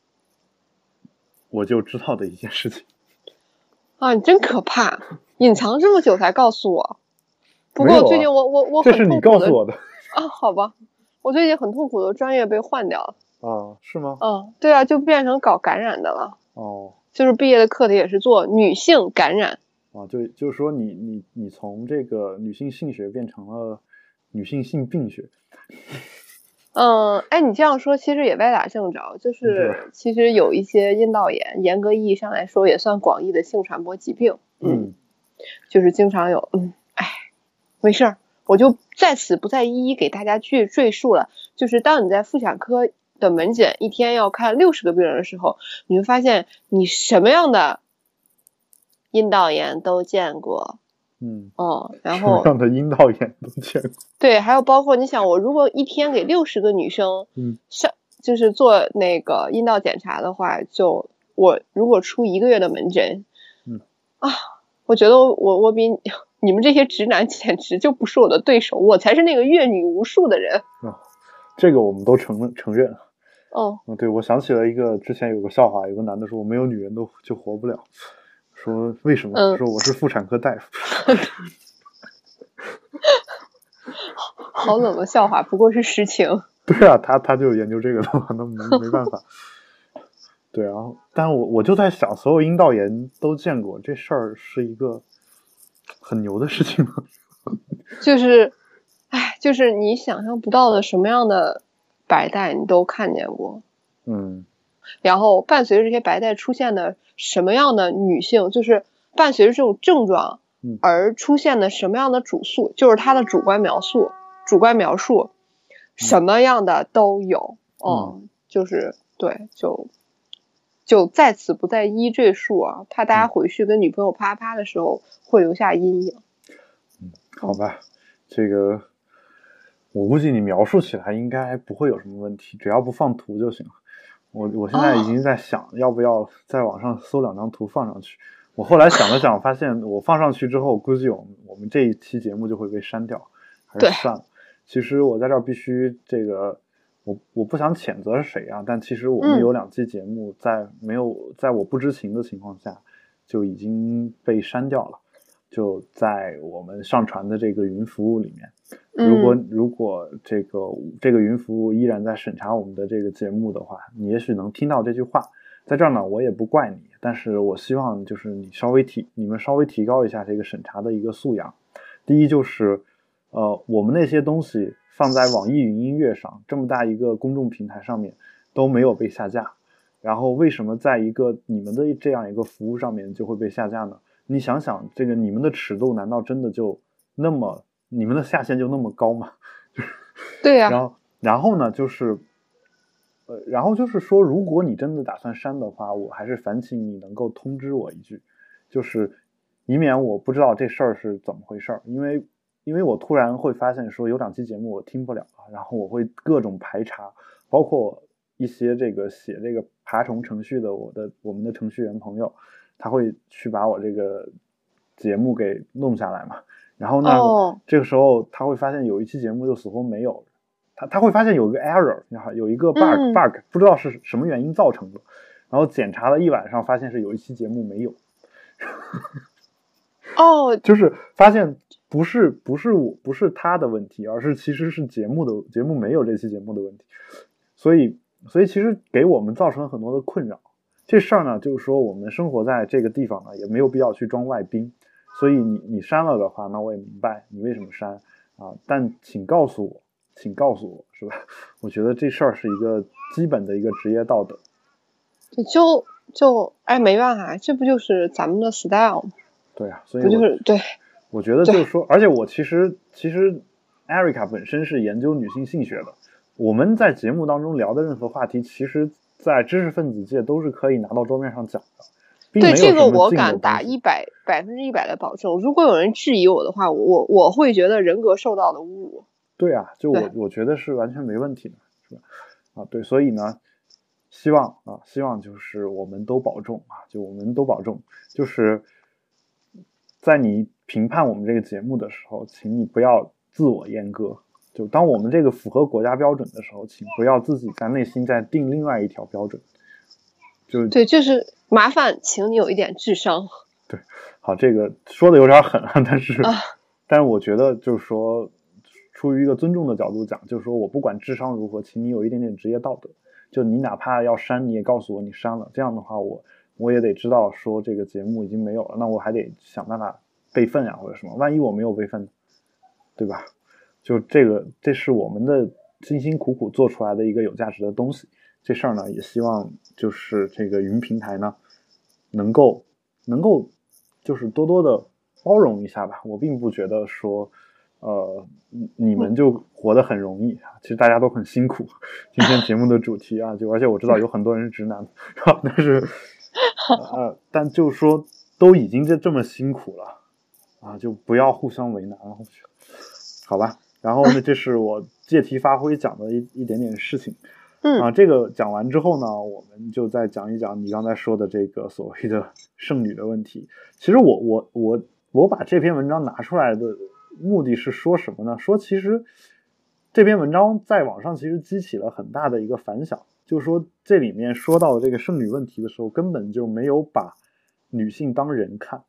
我就知道的一件事情。 啊，你真可怕！隐藏这么久才告诉我。不过最近我、啊、我我很痛苦的。 这是你告诉我的啊？好吧，我最近很痛苦的专业被换掉了。 啊？是吗？ 嗯，对啊，就变成搞感染的了。 哦， 就是毕业的课题也是做女性感染。 啊，就就是说你你你从这个女性性学变成了女性性病学。 嗯，哎，你这样说其实也歪打正着，就是其实有一些阴道炎，严格意义上来说也算广义的性传播疾病。嗯，就是经常有，嗯，哎，没事儿，我就在此不再一一给大家赘赘述了。就是当你在妇产科的门诊一天要看六十个病人的时候，你会发现你什么样的阴道炎都见过。 嗯哦，然后什么样的阴道炎都见过。 对，还有包括你想，我如果一天给六十个女生上、嗯、就是做那个阴道检查的话，就我如果出一个月的门诊， 嗯啊，我觉得我我比你们这些直男简直就不是我的对手，我才是那个阅女无数的人。 哦，这个我们都承认承认。 哦， 嗯，对，我想起了一个之前有个笑话，有个男的说我没有女人都就活不了。说为什么？嗯、说我是妇产科大夫。 好冷的笑话，不过是实情。 对啊，他他就研究这个的嘛，那没没办法。对啊，但我我就在想，所有阴道炎都见过，这事儿是一个很牛的事情吗？ 就是，哎，就是你想象不到的什么样的白带你都看见过。 嗯。 然后伴随着这些白带出现的什么样的女性，就是伴随着这种症状而出现的什么样的主诉，就是她的主观描述主观描述什么样的都有。嗯，嗯就是对，就就在此不再一一赘述啊，怕大家回去跟女朋友啪啪的时候会留下阴影。 嗯，好吧，这个我估计你描述起来应该不会有什么问题，只要不放图就行了。我我现在已经在想、哦、要不要在网上搜两张图放上去。我后来想了想，发现我放上去之后，估计我们我们这一期节目就会被删掉，还是算了。其实我在这儿必须这个，我我不想谴责谁啊，但其实我们有两期节目在没有在我不知情的情况下就已经被删掉了，就在我们上传的这个云服务里面。如果如果这个这个云服务依然在审查我们的这个节目的话，你也许能听到这句话。在这儿呢，我也不怪你，但是我希望就是你稍微提你们稍微提高一下这个审查的一个素养。第一就是呃我们那些东西放在网易云音乐上这么大一个公众平台上面都没有被下架，然后为什么在一个你们的这样一个服务上面就会被下架呢？你想想，这个你们的尺度难道真的就那么你们的下限就那么高吗？ 对呀、啊。 然后，然后呢，就是，呃，然后就是说，如果你真的打算删的话，我还是烦请你能够通知我一句，就是以免我不知道这事儿是怎么回事儿。因为，因为我突然会发现说有两期节目我听不了了，然后我会各种排查，包括一些这个写这个爬虫程序的我的我们的程序员朋友，他会去把我这个节目给弄下来嘛。然后呢、oh. 这个时候他会发现有一期节目就死活没有，他他会发现有一个 error， 有一个 bug、嗯、bug 不知道是什么原因造成的，然后检查了一晚上发现是有一期节目没有。 哦， oh. 就是发现不是不是我不是他的问题，而是其实是节目的节目没有这期节目的问题，所以所以其实给我们造成了很多的困扰。这事儿呢，就是说我们生活在这个地方呢，也没有必要去装外宾。所以你你删了的话，那我也明白你为什么删啊，但请告诉我，请告诉我，是吧？我觉得这事儿是一个基本的一个职业道德。 就就哎，没办法，这不就是咱们的 style 吗？ 对啊，所以不就是对？ 我觉得就是说，而且我其实其实 Erica 本身是研究女性性学的，我们在节目当中聊的任何话题，其实在知识分子界都是可以拿到桌面上讲的。 对，这个我敢打一百百分之一百的保证。如果有人质疑我的话，我我我会觉得人格受到了侮辱。 对啊，就我我觉得是完全没问题的，是吧？啊，对，所以呢，希望啊，希望就是我们都保重啊，就我们都保重。就是在你评判我们这个节目的时候，请你不要自我阉割， 就当我们这个符合国家标准的时候，请不要自己在内心再定另外一条标准。就对，就是麻烦请你有一点智商。 对，好，这个说的有点狠啊，但是、 啊、 但是我觉得就是说出于一个尊重的角度讲，就是说我不管智商如何，请你有一点点职业道德，就你哪怕要删你也告诉我你删了，这样的话我我也得知道说这个节目已经没有了，那我还得想办法备份啊或者什么，万一我没有备份，对吧？就这个这是我们的辛辛苦苦做出来的一个有价值的东西，这事儿呢也希望就是这个云平台呢能够能够就是多多的包容一下吧。我并不觉得说呃你们就活得很容易啊，其实大家都很辛苦。今天节目的主题啊，就而且我知道有很多人是直男，但是呃但就说都已经这这么辛苦了啊，就不要互相为难了，好吧？然后呢，这是我借题发挥讲的一一点点事情。 嗯啊，这个讲完之后呢，我们就再讲一讲你刚才说的这个所谓的剩女的问题。其实我我我我把这篇文章拿出来的目的是说什么呢？说其实这篇文章在网上其实激起了很大的一个反响，就是说这里面说到这个剩女问题的时候，根本就没有把女性当人看。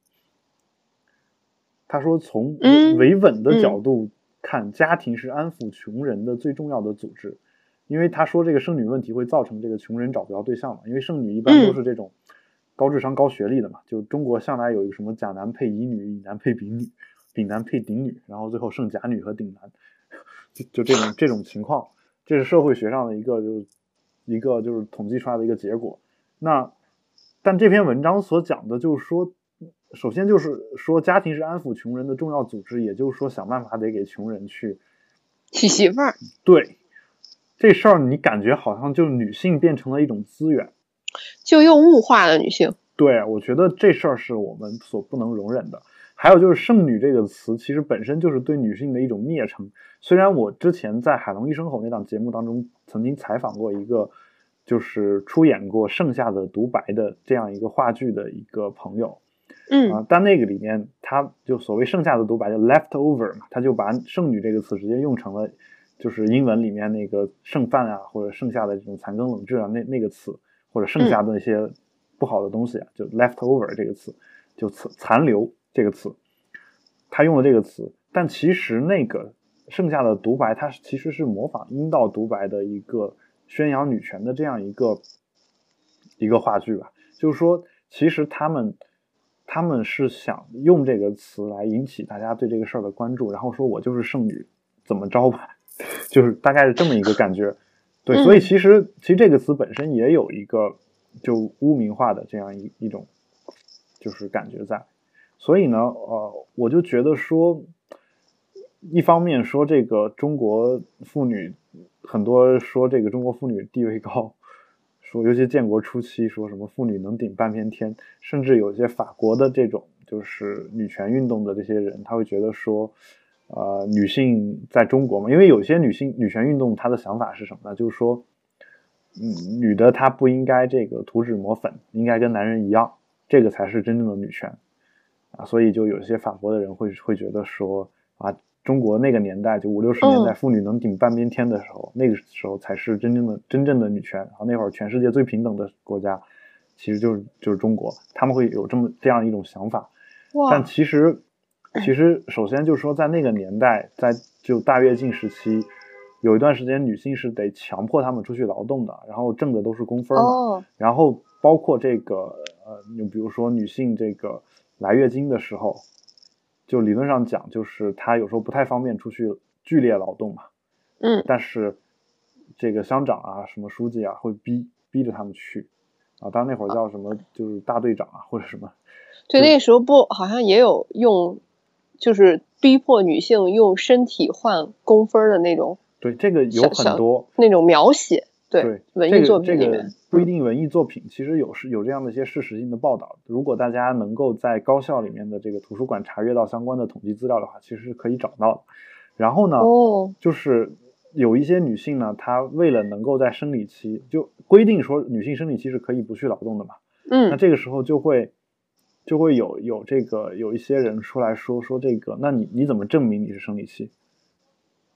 他说从维稳的角度看，嗯嗯、家庭是安抚穷人的最重要的组织。因为他说这个剩女问题会造成这个穷人找不到对象嘛，因为剩女一般都是这种高智商高学历的嘛，就中国向来有一个什么甲男配乙女，乙男配丙女，丙男配丁女，然后最后剩甲女和丙男，就就这种这种情况，这是社会学上的一个就是一个就是统计出来的一个结果。那但这篇文章所讲的就是说，首先就是说家庭是安抚穷人的重要组织，也就是说想办法得给穷人去娶媳妇儿。 对。这事儿你感觉好像就是女性变成了一种资源， 就又物化了女性。 对，我觉得这事儿是我们所不能容忍的。还有就是剩女这个词其实本身就是对女性的一种蔑称。虽然我之前在海龙一声吼那档节目当中曾经采访过一个就是出演过剩下的独白的这样一个话剧的一个朋友， 嗯啊，但那个里面他就所谓剩下的独白叫 leftover 嘛，他就把剩女这个词直接用成了就是英文里面那个剩饭啊，或者剩下的这种残羹冷炙啊，那那个词，或者剩下的那些不好的东西啊，嗯、就 leftover 这个词，就词残留这个词，他用了这个词，但其实那个剩下的独白，它其实是模仿阴道独白的一个宣扬女权的这样一个一个话剧吧，就是说，其实他们他们是想用这个词来引起大家对这个事儿的关注，然后说我就是剩女，怎么着吧。就是大概是这么一个感觉，对，所以其实其实这个词本身也有一个就污名化的这样一一种就是感觉在，所以呢，呃，我就觉得说，一方面说这个中国妇女很多说这个中国妇女地位高，说尤其建国初期说什么妇女能顶半边天，甚至有些法国的这种就是女权运动的这些人，他会觉得说。呃，女性在中国嘛，因为有些女性女权运动，她的想法是什么呢？就是说，嗯，女的她不应该这个涂脂抹粉，应该跟男人一样，这个才是真正的女权啊。所以就有些法国的人会会觉得说啊，中国那个年代就五六十年代，妇女能顶半边天的时候，嗯、那个时候才是真正的真正的女权。然后那会儿全世界最平等的国家，其实就是就是中国，他们会有这么这样一种想法，但其实。其实，首先就是说，在那个年代，在就大跃进时期，有一段时间女性是得强迫她们出去劳动的，然后挣的都是工分嘛。 哦。 然后包括这个呃，你比如说女性这个来月经的时候，就理论上讲，就是她有时候不太方便出去剧烈劳动嘛。 嗯。 但是这个乡长啊，什么书记啊，会逼逼着他们去啊。当然那会儿叫什么，就是大队长啊，或者什么。 对，那个时候不好像也有用。就是逼迫女性用身体换工分的那种， 对，这个有很多那种描写， 对， 对文艺作品里面、 这个、不一定文艺作品，嗯、其实有是有这样的一些事实性的报道。如果大家能够在高校里面的这个图书馆查阅到相关的统计资料的话，其实是可以找到的。然后呢， 哦， 就是有一些女性呢，她为了能够在生理期，就规定说女性生理期是可以不去劳动的嘛， 嗯， 那这个时候就会。就会有有这个有一些人出来说说这个，那你你怎么证明你是生理期？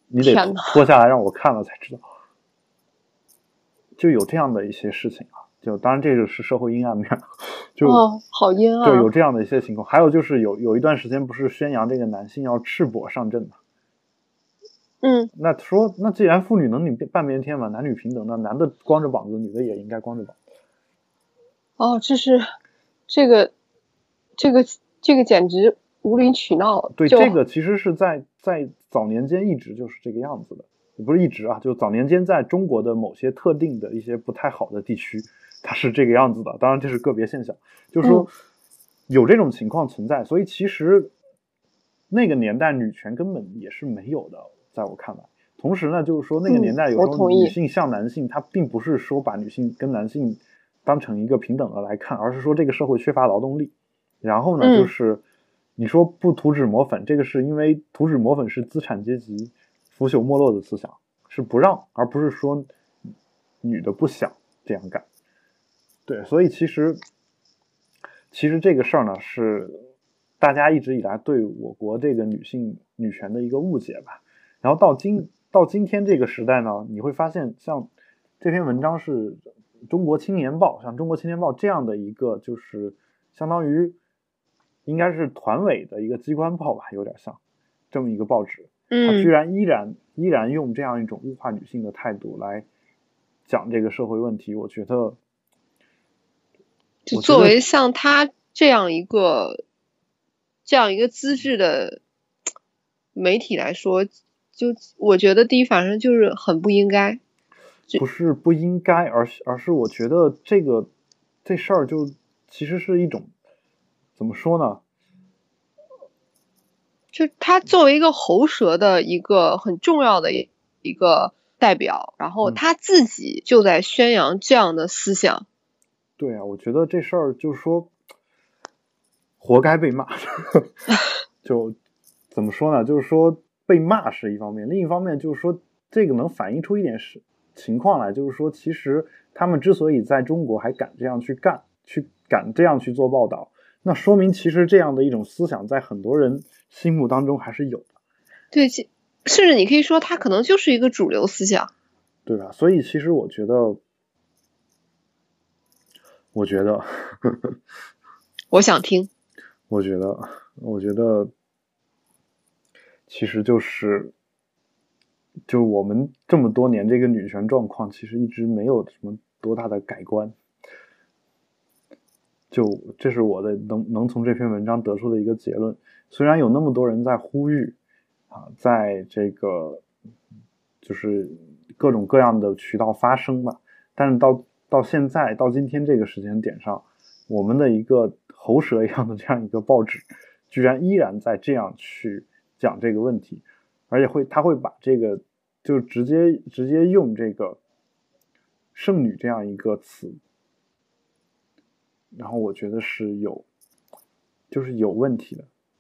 你得脱下来让我看了才知道，就有这样的一些事情啊。就当然这个是社会阴暗面，就、 哦、好阴暗， 对，有这样的一些情况。还有就是有有一段时间不是宣扬这个男性要赤膊上阵嘛？ 嗯， 那说那既然妇女能顶半边天嘛，男女平等，那男的光着膀子，女的也应该光着膀子。 哦，这是这个这个这个简直无理取闹。 对，这个其实是在在早年间一直就是这个样子的，不是一直啊，就早年间在中国的某些特定的一些不太好的地区，它是这个样子的。当然这是个别现象，就是说有这种情况存在，所以其实那个年代女权根本也是没有的，在我看来。同时呢，就是说那个年代有时候女性像男性，它并不是说把女性跟男性当成一个平等的来看，而是说这个社会缺乏劳动力。然后呢，就是你说不涂脂抹粉，这个是因为涂脂抹粉是资产阶级腐朽没落的思想，是不让，而不是说女的不想这样干。对，所以其实其实这个事儿呢，是大家一直以来对我国这个女性女权的一个误解吧。然后到今到今天这个时代呢，你会发现像这篇文章是中国青年报，像中国青年报这样的一个就是相当于应该是团委的一个机关报吧，有点像这么一个报纸，它居然依然依然用这样一种物化女性的态度来讲这个社会问题。我觉得就作为像他这样一个这样一个资质的媒体来说，就我觉得第一反正就是很不应该。 不是不应该，而而是我觉得这个这事儿就其实是一种怎么说呢？ 就他作为一个喉舌的一个很重要的一个代表，然后他自己就在宣扬这样的思想。 嗯、对啊，我觉得这事儿就是说活该被骂。就怎么说呢？就是说被骂是一方面，另一方面就是说这个能反映出一点是情况来，就是说其实他们之所以在中国还敢这样去干，去敢这样去做报道，那说明其实这样的一种思想在很多人心目当中还是有的。 对，甚至你可以说它可能就是一个主流思想， 对吧？所以其实我觉得我觉得我想听我觉得我觉得其实就是就我们这么多年这个女权状况其实一直没有什么多大的改观，就这是我的能能从这篇文章得出的一个结论。虽然有那么多人在呼吁啊，在这个就是各种各样的渠道发声吧，但是到到现在到今天这个时间点上，我们的一个喉舌一样的这样一个报纸居然依然在这样去讲这个问题，而且会他会把这个就直接直接用这个剩女这样一个词，然后我觉得是有就是有问题的，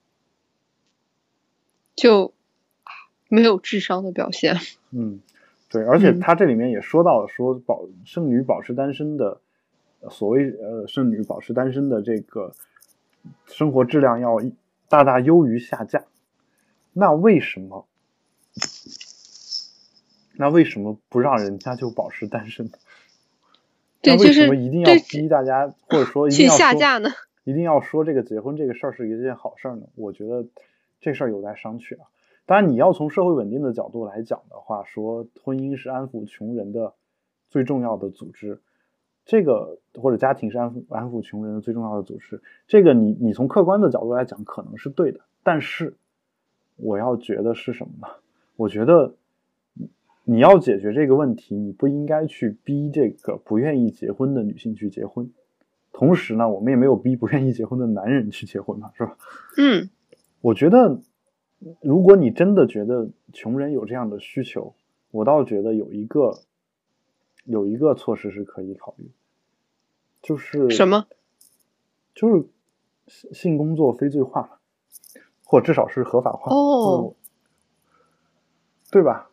就没有智商的表现。 嗯，对，而且他这里面也说到了说保剩女保持单身的所谓呃剩女保持单身的这个生活质量要大大优于下嫁，那为什么那为什么不让人家就保持单身？ 对， 那为什么一定要逼大家，或者说一定要去下嫁呢？ 一定要说这个结婚这个事儿是一件好事呢？我觉得这事儿有待商榷啊。当然，你要从社会稳定的角度来讲的话，说婚姻是安抚穷人的最重要的组织，这个或者家庭是安抚安抚穷人的最重要的组织，这个你你从客观的角度来讲可能是对的，但是我要觉得是什么呢？我觉得你要解决这个问题，你不应该去逼这个不愿意结婚的女性去结婚，同时呢，我们也没有逼不愿意结婚的男人去结婚嘛，是吧？ 嗯， 我觉得如果你真的觉得穷人有这样的需求，我倒觉得有一个有一个措施是可以考虑，就是什么？ 就是性工作非罪化嘛，或至少是合法化， 哦， 对吧？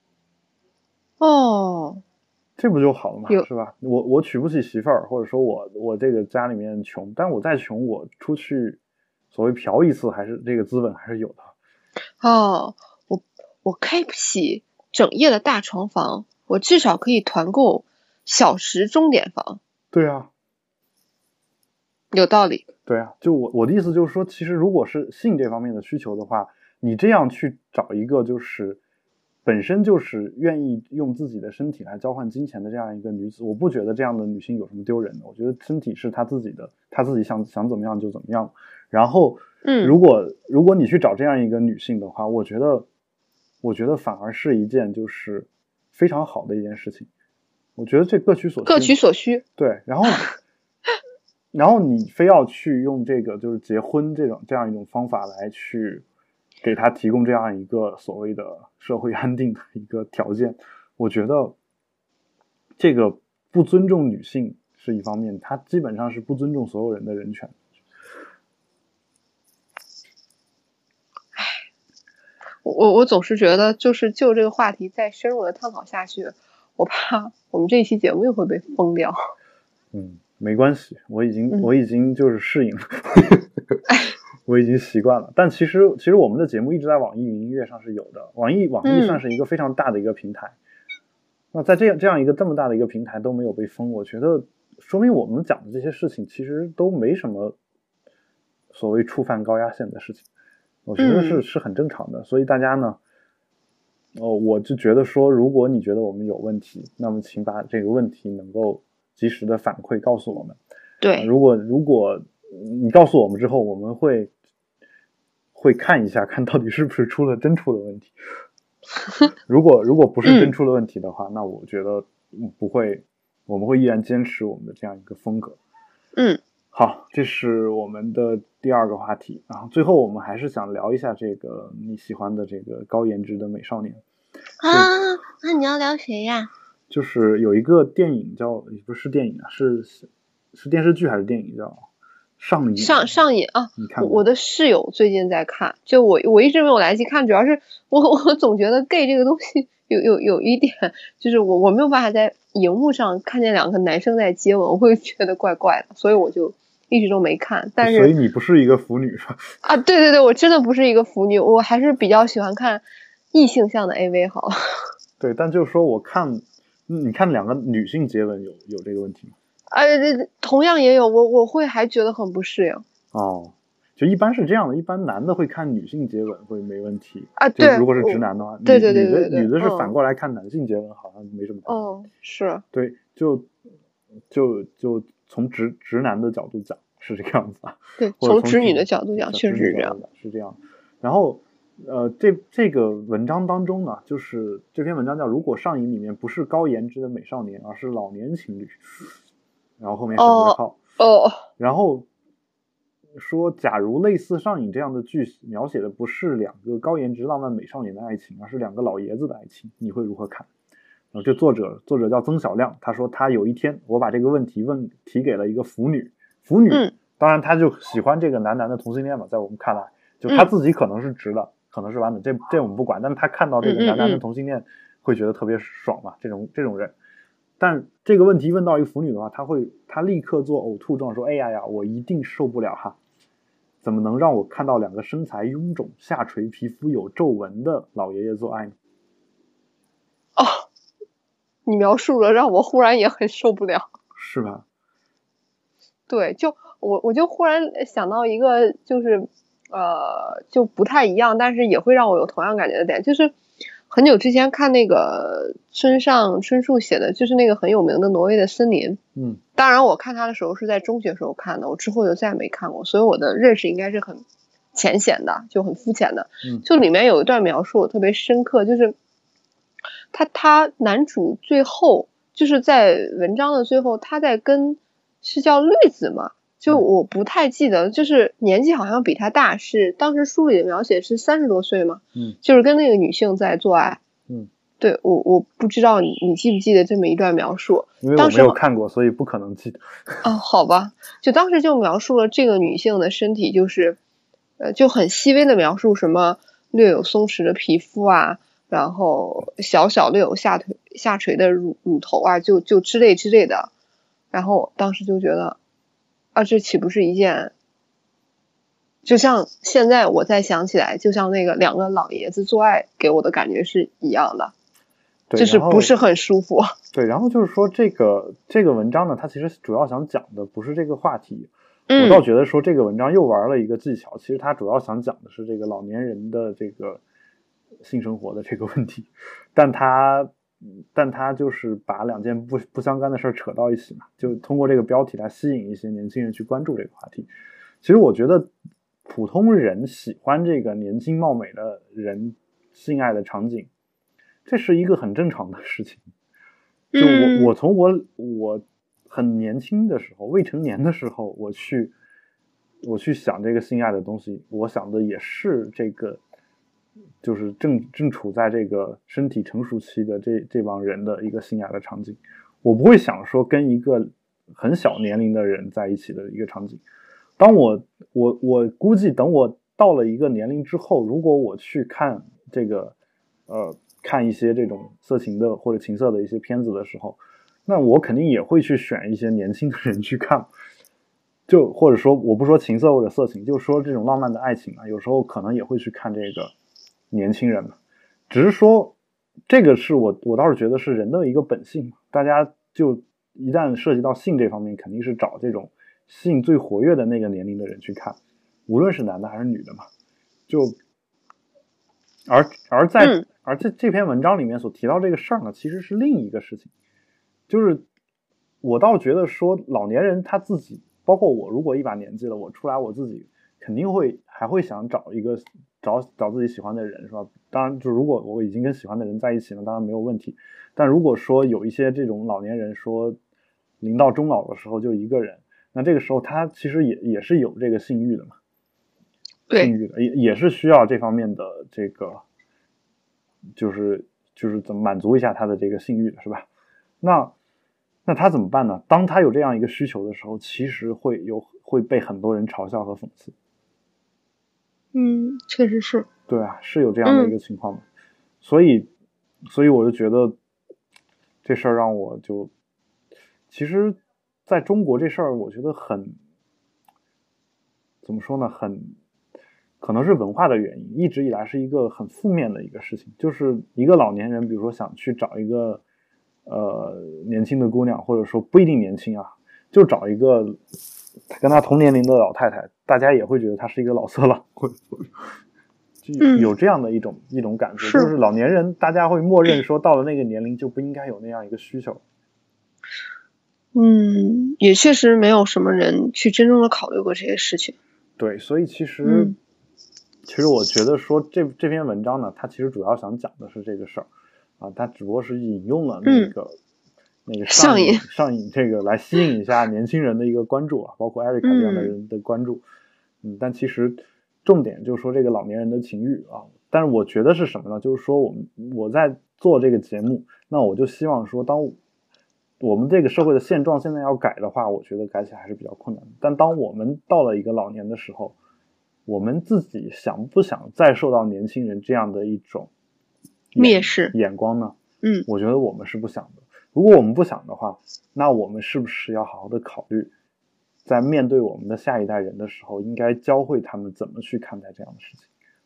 哦， 这不就好了嘛，是吧？我我娶不起媳妇儿，或者说我我这个家里面穷，但我再穷，我出去所谓嫖一次，还是这个资本还是有的。 哦，我我开不起整夜的大床房，我至少可以团购小时钟点房。 对啊， 有道理。 对啊，就我我的意思就是说，其实如果是性这方面的需求的话，你这样去找一个就是本身就是愿意用自己的身体来交换金钱的这样一个女子，我不觉得这样的女性有什么丢人的。我觉得身体是她自己的，她自己想想怎么样就怎么样。然后， 嗯， 如果如果你去找这样一个女性的话，我觉得，我觉得反而是一件就是非常好的一件事情。我觉得这各取所需， 各取所需。 对，然后。然后你非要去用这个就是结婚这种这样一种方法来去给他提供这样一个所谓的社会安定的一个条件，我觉得这个不尊重女性是一方面，他基本上是不尊重所有人的人权。 唉，我我总是觉得就是就这个话题再深入的探讨下去，我怕我们这一期节目又会被封掉。 嗯。没关系，我已经、嗯、我已经就是适应了，我已经习惯了。但其实其实我们的节目一直在网易云音乐上是有的，网易网易算是一个非常大的一个平台。嗯、那在这样这样一个这么大的一个平台都没有被封，我觉得说明我们讲的这些事情其实都没什么所谓触犯高压线的事情，我觉得是、嗯、是很正常的。所以大家呢，哦，我就觉得说，如果你觉得我们有问题，那么请把这个问题能够及时的反馈告诉我们。 对、 呃、如果如果你告诉我们之后，我们会会看一下，看到底是不是出了真出了问题。如果如果不是真出了问题的话、嗯、那我觉得不会，我们会依然坚持我们的这样一个风格。 嗯， 好，这是我们的第二个话题。然后最后我们还是想聊一下这个你喜欢的这个高颜值的美少年啊。那你要聊谁呀？ 就是有一个电影叫，不是电影啊，是是电视剧还是电影叫上瘾？ 上上瘾啊！ 你看过？ 我的室友最近在看，就我我一直没有来得及看，主要是我我总觉得 gay 这个东西有有有一点，就是我我没有办法在荧幕上看见两个男生在接吻，我会觉得怪怪的，所以我就一直都没看。但是所以你不是一个腐女是吧？ 啊，对对对，我真的不是一个腐女，我还是比较喜欢看异性向的 A V 好。 对，但就是说我看。你看两个女性接吻有有这个问题吗？ 呃，同样也有，我我会还觉得很不适应。 哦，就一般是这样的，一般男的会看女性接吻会没问题啊。对， 如果是直男的话， 对对对对对， 女的女的是反过来看男性接吻，好像没什么。 哦，是。 对，就就就从直直男的角度讲是这个样子啊。 对，从直女的角度讲，确实是这样的，是这样。然后。呃，这这个文章当中呢，就是这篇文章叫《如果上瘾》里面不是高颜值的美少年，而是老年情侣，然后后面省略号， 哦，哦然后说，假如类似上瘾这样的剧描写的不是两个高颜值浪漫美少年的爱情，而是两个老爷子的爱情，你会如何看？然后这作者作者叫曾小亮，他说他有一天我把这个问题问提给了一个腐女，腐女、 嗯、 当然他就喜欢这个男男的同性恋嘛，在我们看来，就他自己可能是直的。嗯可能是完的，这这我们不管，但是他看到这个男男的同性恋会觉得特别爽嘛，嗯嗯这种这种人。但这个问题问到一个腐女的话，他会他立刻做呕吐状，说：“哎呀呀，我一定受不了哈！怎么能让我看到两个身材臃肿、下垂、皮肤有皱纹的老爷爷做爱呢？” 哦，你描述了，让我忽然也很受不了， 是吧？ 对，就我我就忽然想到一个，就是。呃，就不太一样，但是也会让我有同样感觉的点，就是很久之前看那个村上春树写的，就是那个很有名的挪威的森林。 嗯， 当然我看他的时候是在中学时候看的，我之后就再也没看过，所以我的认识应该是很浅显的，就很肤浅的。 嗯， 就里面有一段描述我特别深刻，就是他他男主最后就是在文章的最后，他在跟是叫绿子嘛。就我不太记得，就是年纪好像比他大，是当时书里的描写是三十多岁嘛， 嗯， 就是跟那个女性在做爱， 嗯， 对我我不知道你你记不记得这么一段描述？ 因为我没有看过，所以不可能记得。 哦，好吧，就当时就描述了这个女性的身体，就是呃就很细微的描述什么略有松弛的皮肤啊，然后小小略有下腿下垂的乳乳头啊，就就之类之类的，然后当时就觉得。啊，这岂不是一件就像现在我再想起来，就像那个两个老爷子做爱给我的感觉是一样的，就是不是很舒服。 对，然后就是说这个这个文章呢，它其实主要想讲的不是这个话题。 嗯， 我倒觉得说这个文章又玩了一个技巧，其实它主要想讲的是这个老年人的这个性生活的这个问题，但它但它就是把两件不不相干的事扯到一起嘛，就通过这个标题来吸引一些年轻人去关注这个话题。其实我觉得普通人喜欢这个年轻貌美的人性爱的场景，这是一个很正常的事情。就我我从我我很年轻的时候，未成年的时候，我去我去想这个性爱的东西，我想的也是这个，就是正正处在这个身体成熟期的这这帮人的一个性爱的场景。我不会想说跟一个很小年龄的人在一起的一个场景。当我我我估计等我到了一个年龄之后，如果我去看这个呃看一些这种色情的或者情色的一些片子的时候，那我肯定也会去选一些年轻的人去看，就或者说我不说情色或者色情，就说这种浪漫的爱情啊，有时候可能也会去看这个年轻人嘛。只是说这个是我我倒是觉得是人的一个本性，大家就一旦涉及到性这方面，肯定是找这种性最活跃的那个年龄的人去看，无论是男的还是女的嘛。就而而在、嗯、而这这篇文章里面所提到这个事儿呢，其实是另一个事情。就是我倒觉得说老年人他自己，包括我，如果一把年纪了，我出来我自己肯定会还会想找一个找找自己喜欢的人，是吧？当然就如果我已经跟喜欢的人在一起了，当然没有问题。但如果说有一些这种老年人说临到终老的时候就一个人，那这个时候他其实也也是有这个性欲的嘛， 对， 性欲的也也是需要这方面的这个就是就是怎么满足一下他的这个性欲的，是吧？那那他怎么办呢？当他有这样一个需求的时候，其实会有会被很多人嘲笑和讽刺。 嗯，确实是。 对啊，是有这样的一个情况的。嗯、所以所以我就觉得这事儿让我就其实在中国这事儿我觉得很怎么说呢，很可能是文化的原因，一直以来是一个很负面的一个事情。就是一个老年人比如说想去找一个呃年轻的姑娘，或者说不一定年轻啊，就找一个跟他同年龄的老太太，大家也会觉得他是一个老色狼，就有这样的一种、嗯、一种感觉，就是老年人大家会默认说到了那个年龄就不应该有那样一个需求。 嗯，也确实没有什么人去真正的考虑过这些事情。 对，所以其实、 嗯、 其实我觉得说这这篇文章呢，它其实主要想讲的是这个事儿啊，它只不过是引用了那个、嗯、那个上瘾上瘾这个来吸引一下年轻人的一个关注啊，包括艾瑞卡这样的人的关注。嗯, 嗯，但其实重点就是说这个老年人的情欲啊。但是我觉得是什么呢？就是说我们我在做这个节目，那我就希望说，当我们这个社会的现状现在要改的话，我觉得改起来还是比较困难的。但当我们到了一个老年的时候，我们自己想不想再受到年轻人这样的一种蔑视眼光呢？ 嗯， 我觉得我们是不想的。如果我们不想的话，那我们是不是要好好的考虑，在面对我们的下一代人的时候，应该教会他们怎么去看待这样的事情？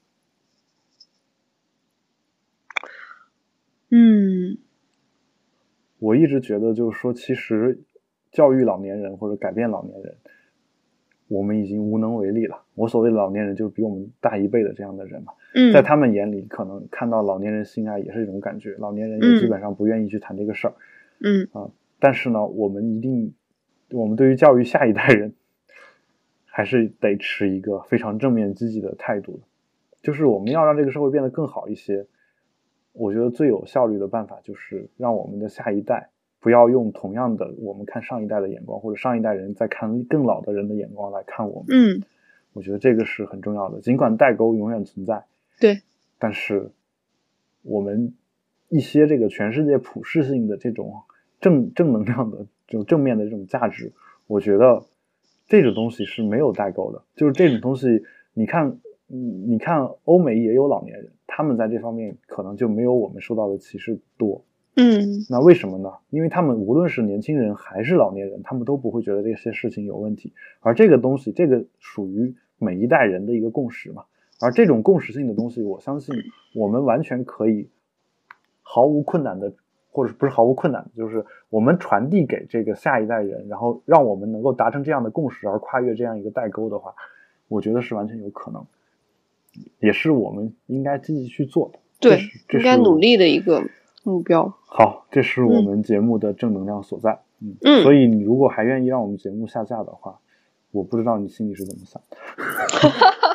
嗯， 我一直觉得就是说，其实教育老年人或者改变老年人，我们已经无能为力了。我所谓的老年人，就是比我们大一辈的这样的人嘛。 嗯， 在他们眼里，可能看到老年人性爱也是一种感觉，老年人也基本上不愿意去谈这个事儿。 嗯啊，但是呢，我们一定，我们对于教育下一代人，还是得持一个非常正面积极的态度的。就是我们要让这个社会变得更好一些，我觉得最有效率的办法就是让我们的下一代不要用同样的我们看上一代的眼光，或者上一代人在看更老的人的眼光来看我们。 嗯， 我觉得这个是很重要的。尽管代沟永远存在， 对， 但是我们一些这个全世界普世性的这种正正能量的这种正面的这种价值，我觉得这种东西是没有代沟的。就是这种东西，你看，嗯，你看欧美也有老年人，他们在这方面可能就没有我们受到的歧视多。 嗯， 那为什么呢？因为他们无论是年轻人还是老年人，他们都不会觉得这些事情有问题。而这个东西，这个属于每一代人的一个共识嘛。而这种共识性的东西，我相信我们完全可以毫无困难的，或者不是毫无困难的，就是我们传递给这个下一代人，然后让我们能够达成这样的共识而跨越这样一个代沟的话，我觉得是完全有可能，也是我们应该积极去做的。 对，应该努力的一个目标。 好，这是我们节目的正能量所在。嗯，嗯所以你如果还愿意让我们节目下架的话，我不知道你心里是怎么想的。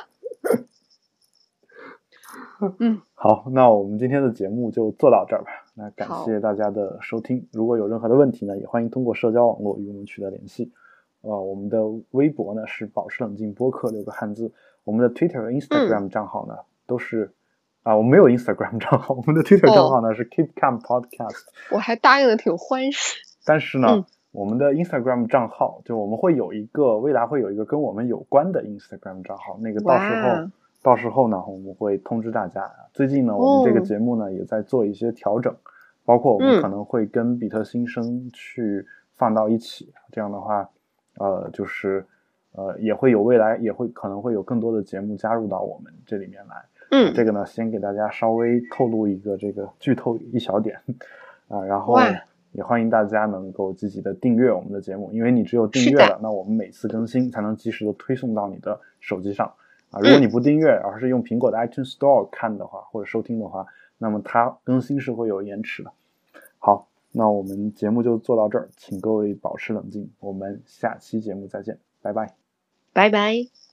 嗯， 好，那我们今天的节目就做到这儿吧。那感谢大家的收听，如果有任何的问题呢，也欢迎通过社交网络与我们取得联系。呃，我们的微博呢是保持冷静播客六个汉字，我们的 Twitter 和 Instagram 账号呢、嗯、都是啊，我们没有 Instagram 账号，我们的 Twitter 账号呢、哦、是 Keep Calm Podcast。 我还答应的挺欢实， 但是呢、 嗯， 我们的 Instagram 账号就我们会有一个未来会有一个跟我们有关的 Instagram 账号，那个到时候到时候呢我们会通知大家。最近呢我们这个节目呢、哦、也在做一些调整，包括我们可能会跟比特新生去放到一起、嗯、这样的话呃就是呃也会有未来也会可能会有更多的节目加入到我们这里面来。 嗯， 这个呢先给大家稍微透露一个这个剧透一小点啊，然后也欢迎大家能够积极的订阅我们的节目，因为你只有订阅了，那我们每次更新才能及时的推送到你的手机上啊。如果你不订阅，而是用苹果的 iTunes Store 看的话或者收听的话，那么它更新是会有延迟的。好，那我们节目就做到这儿，请各位保持冷静，我们下期节目再见，拜拜， 拜拜。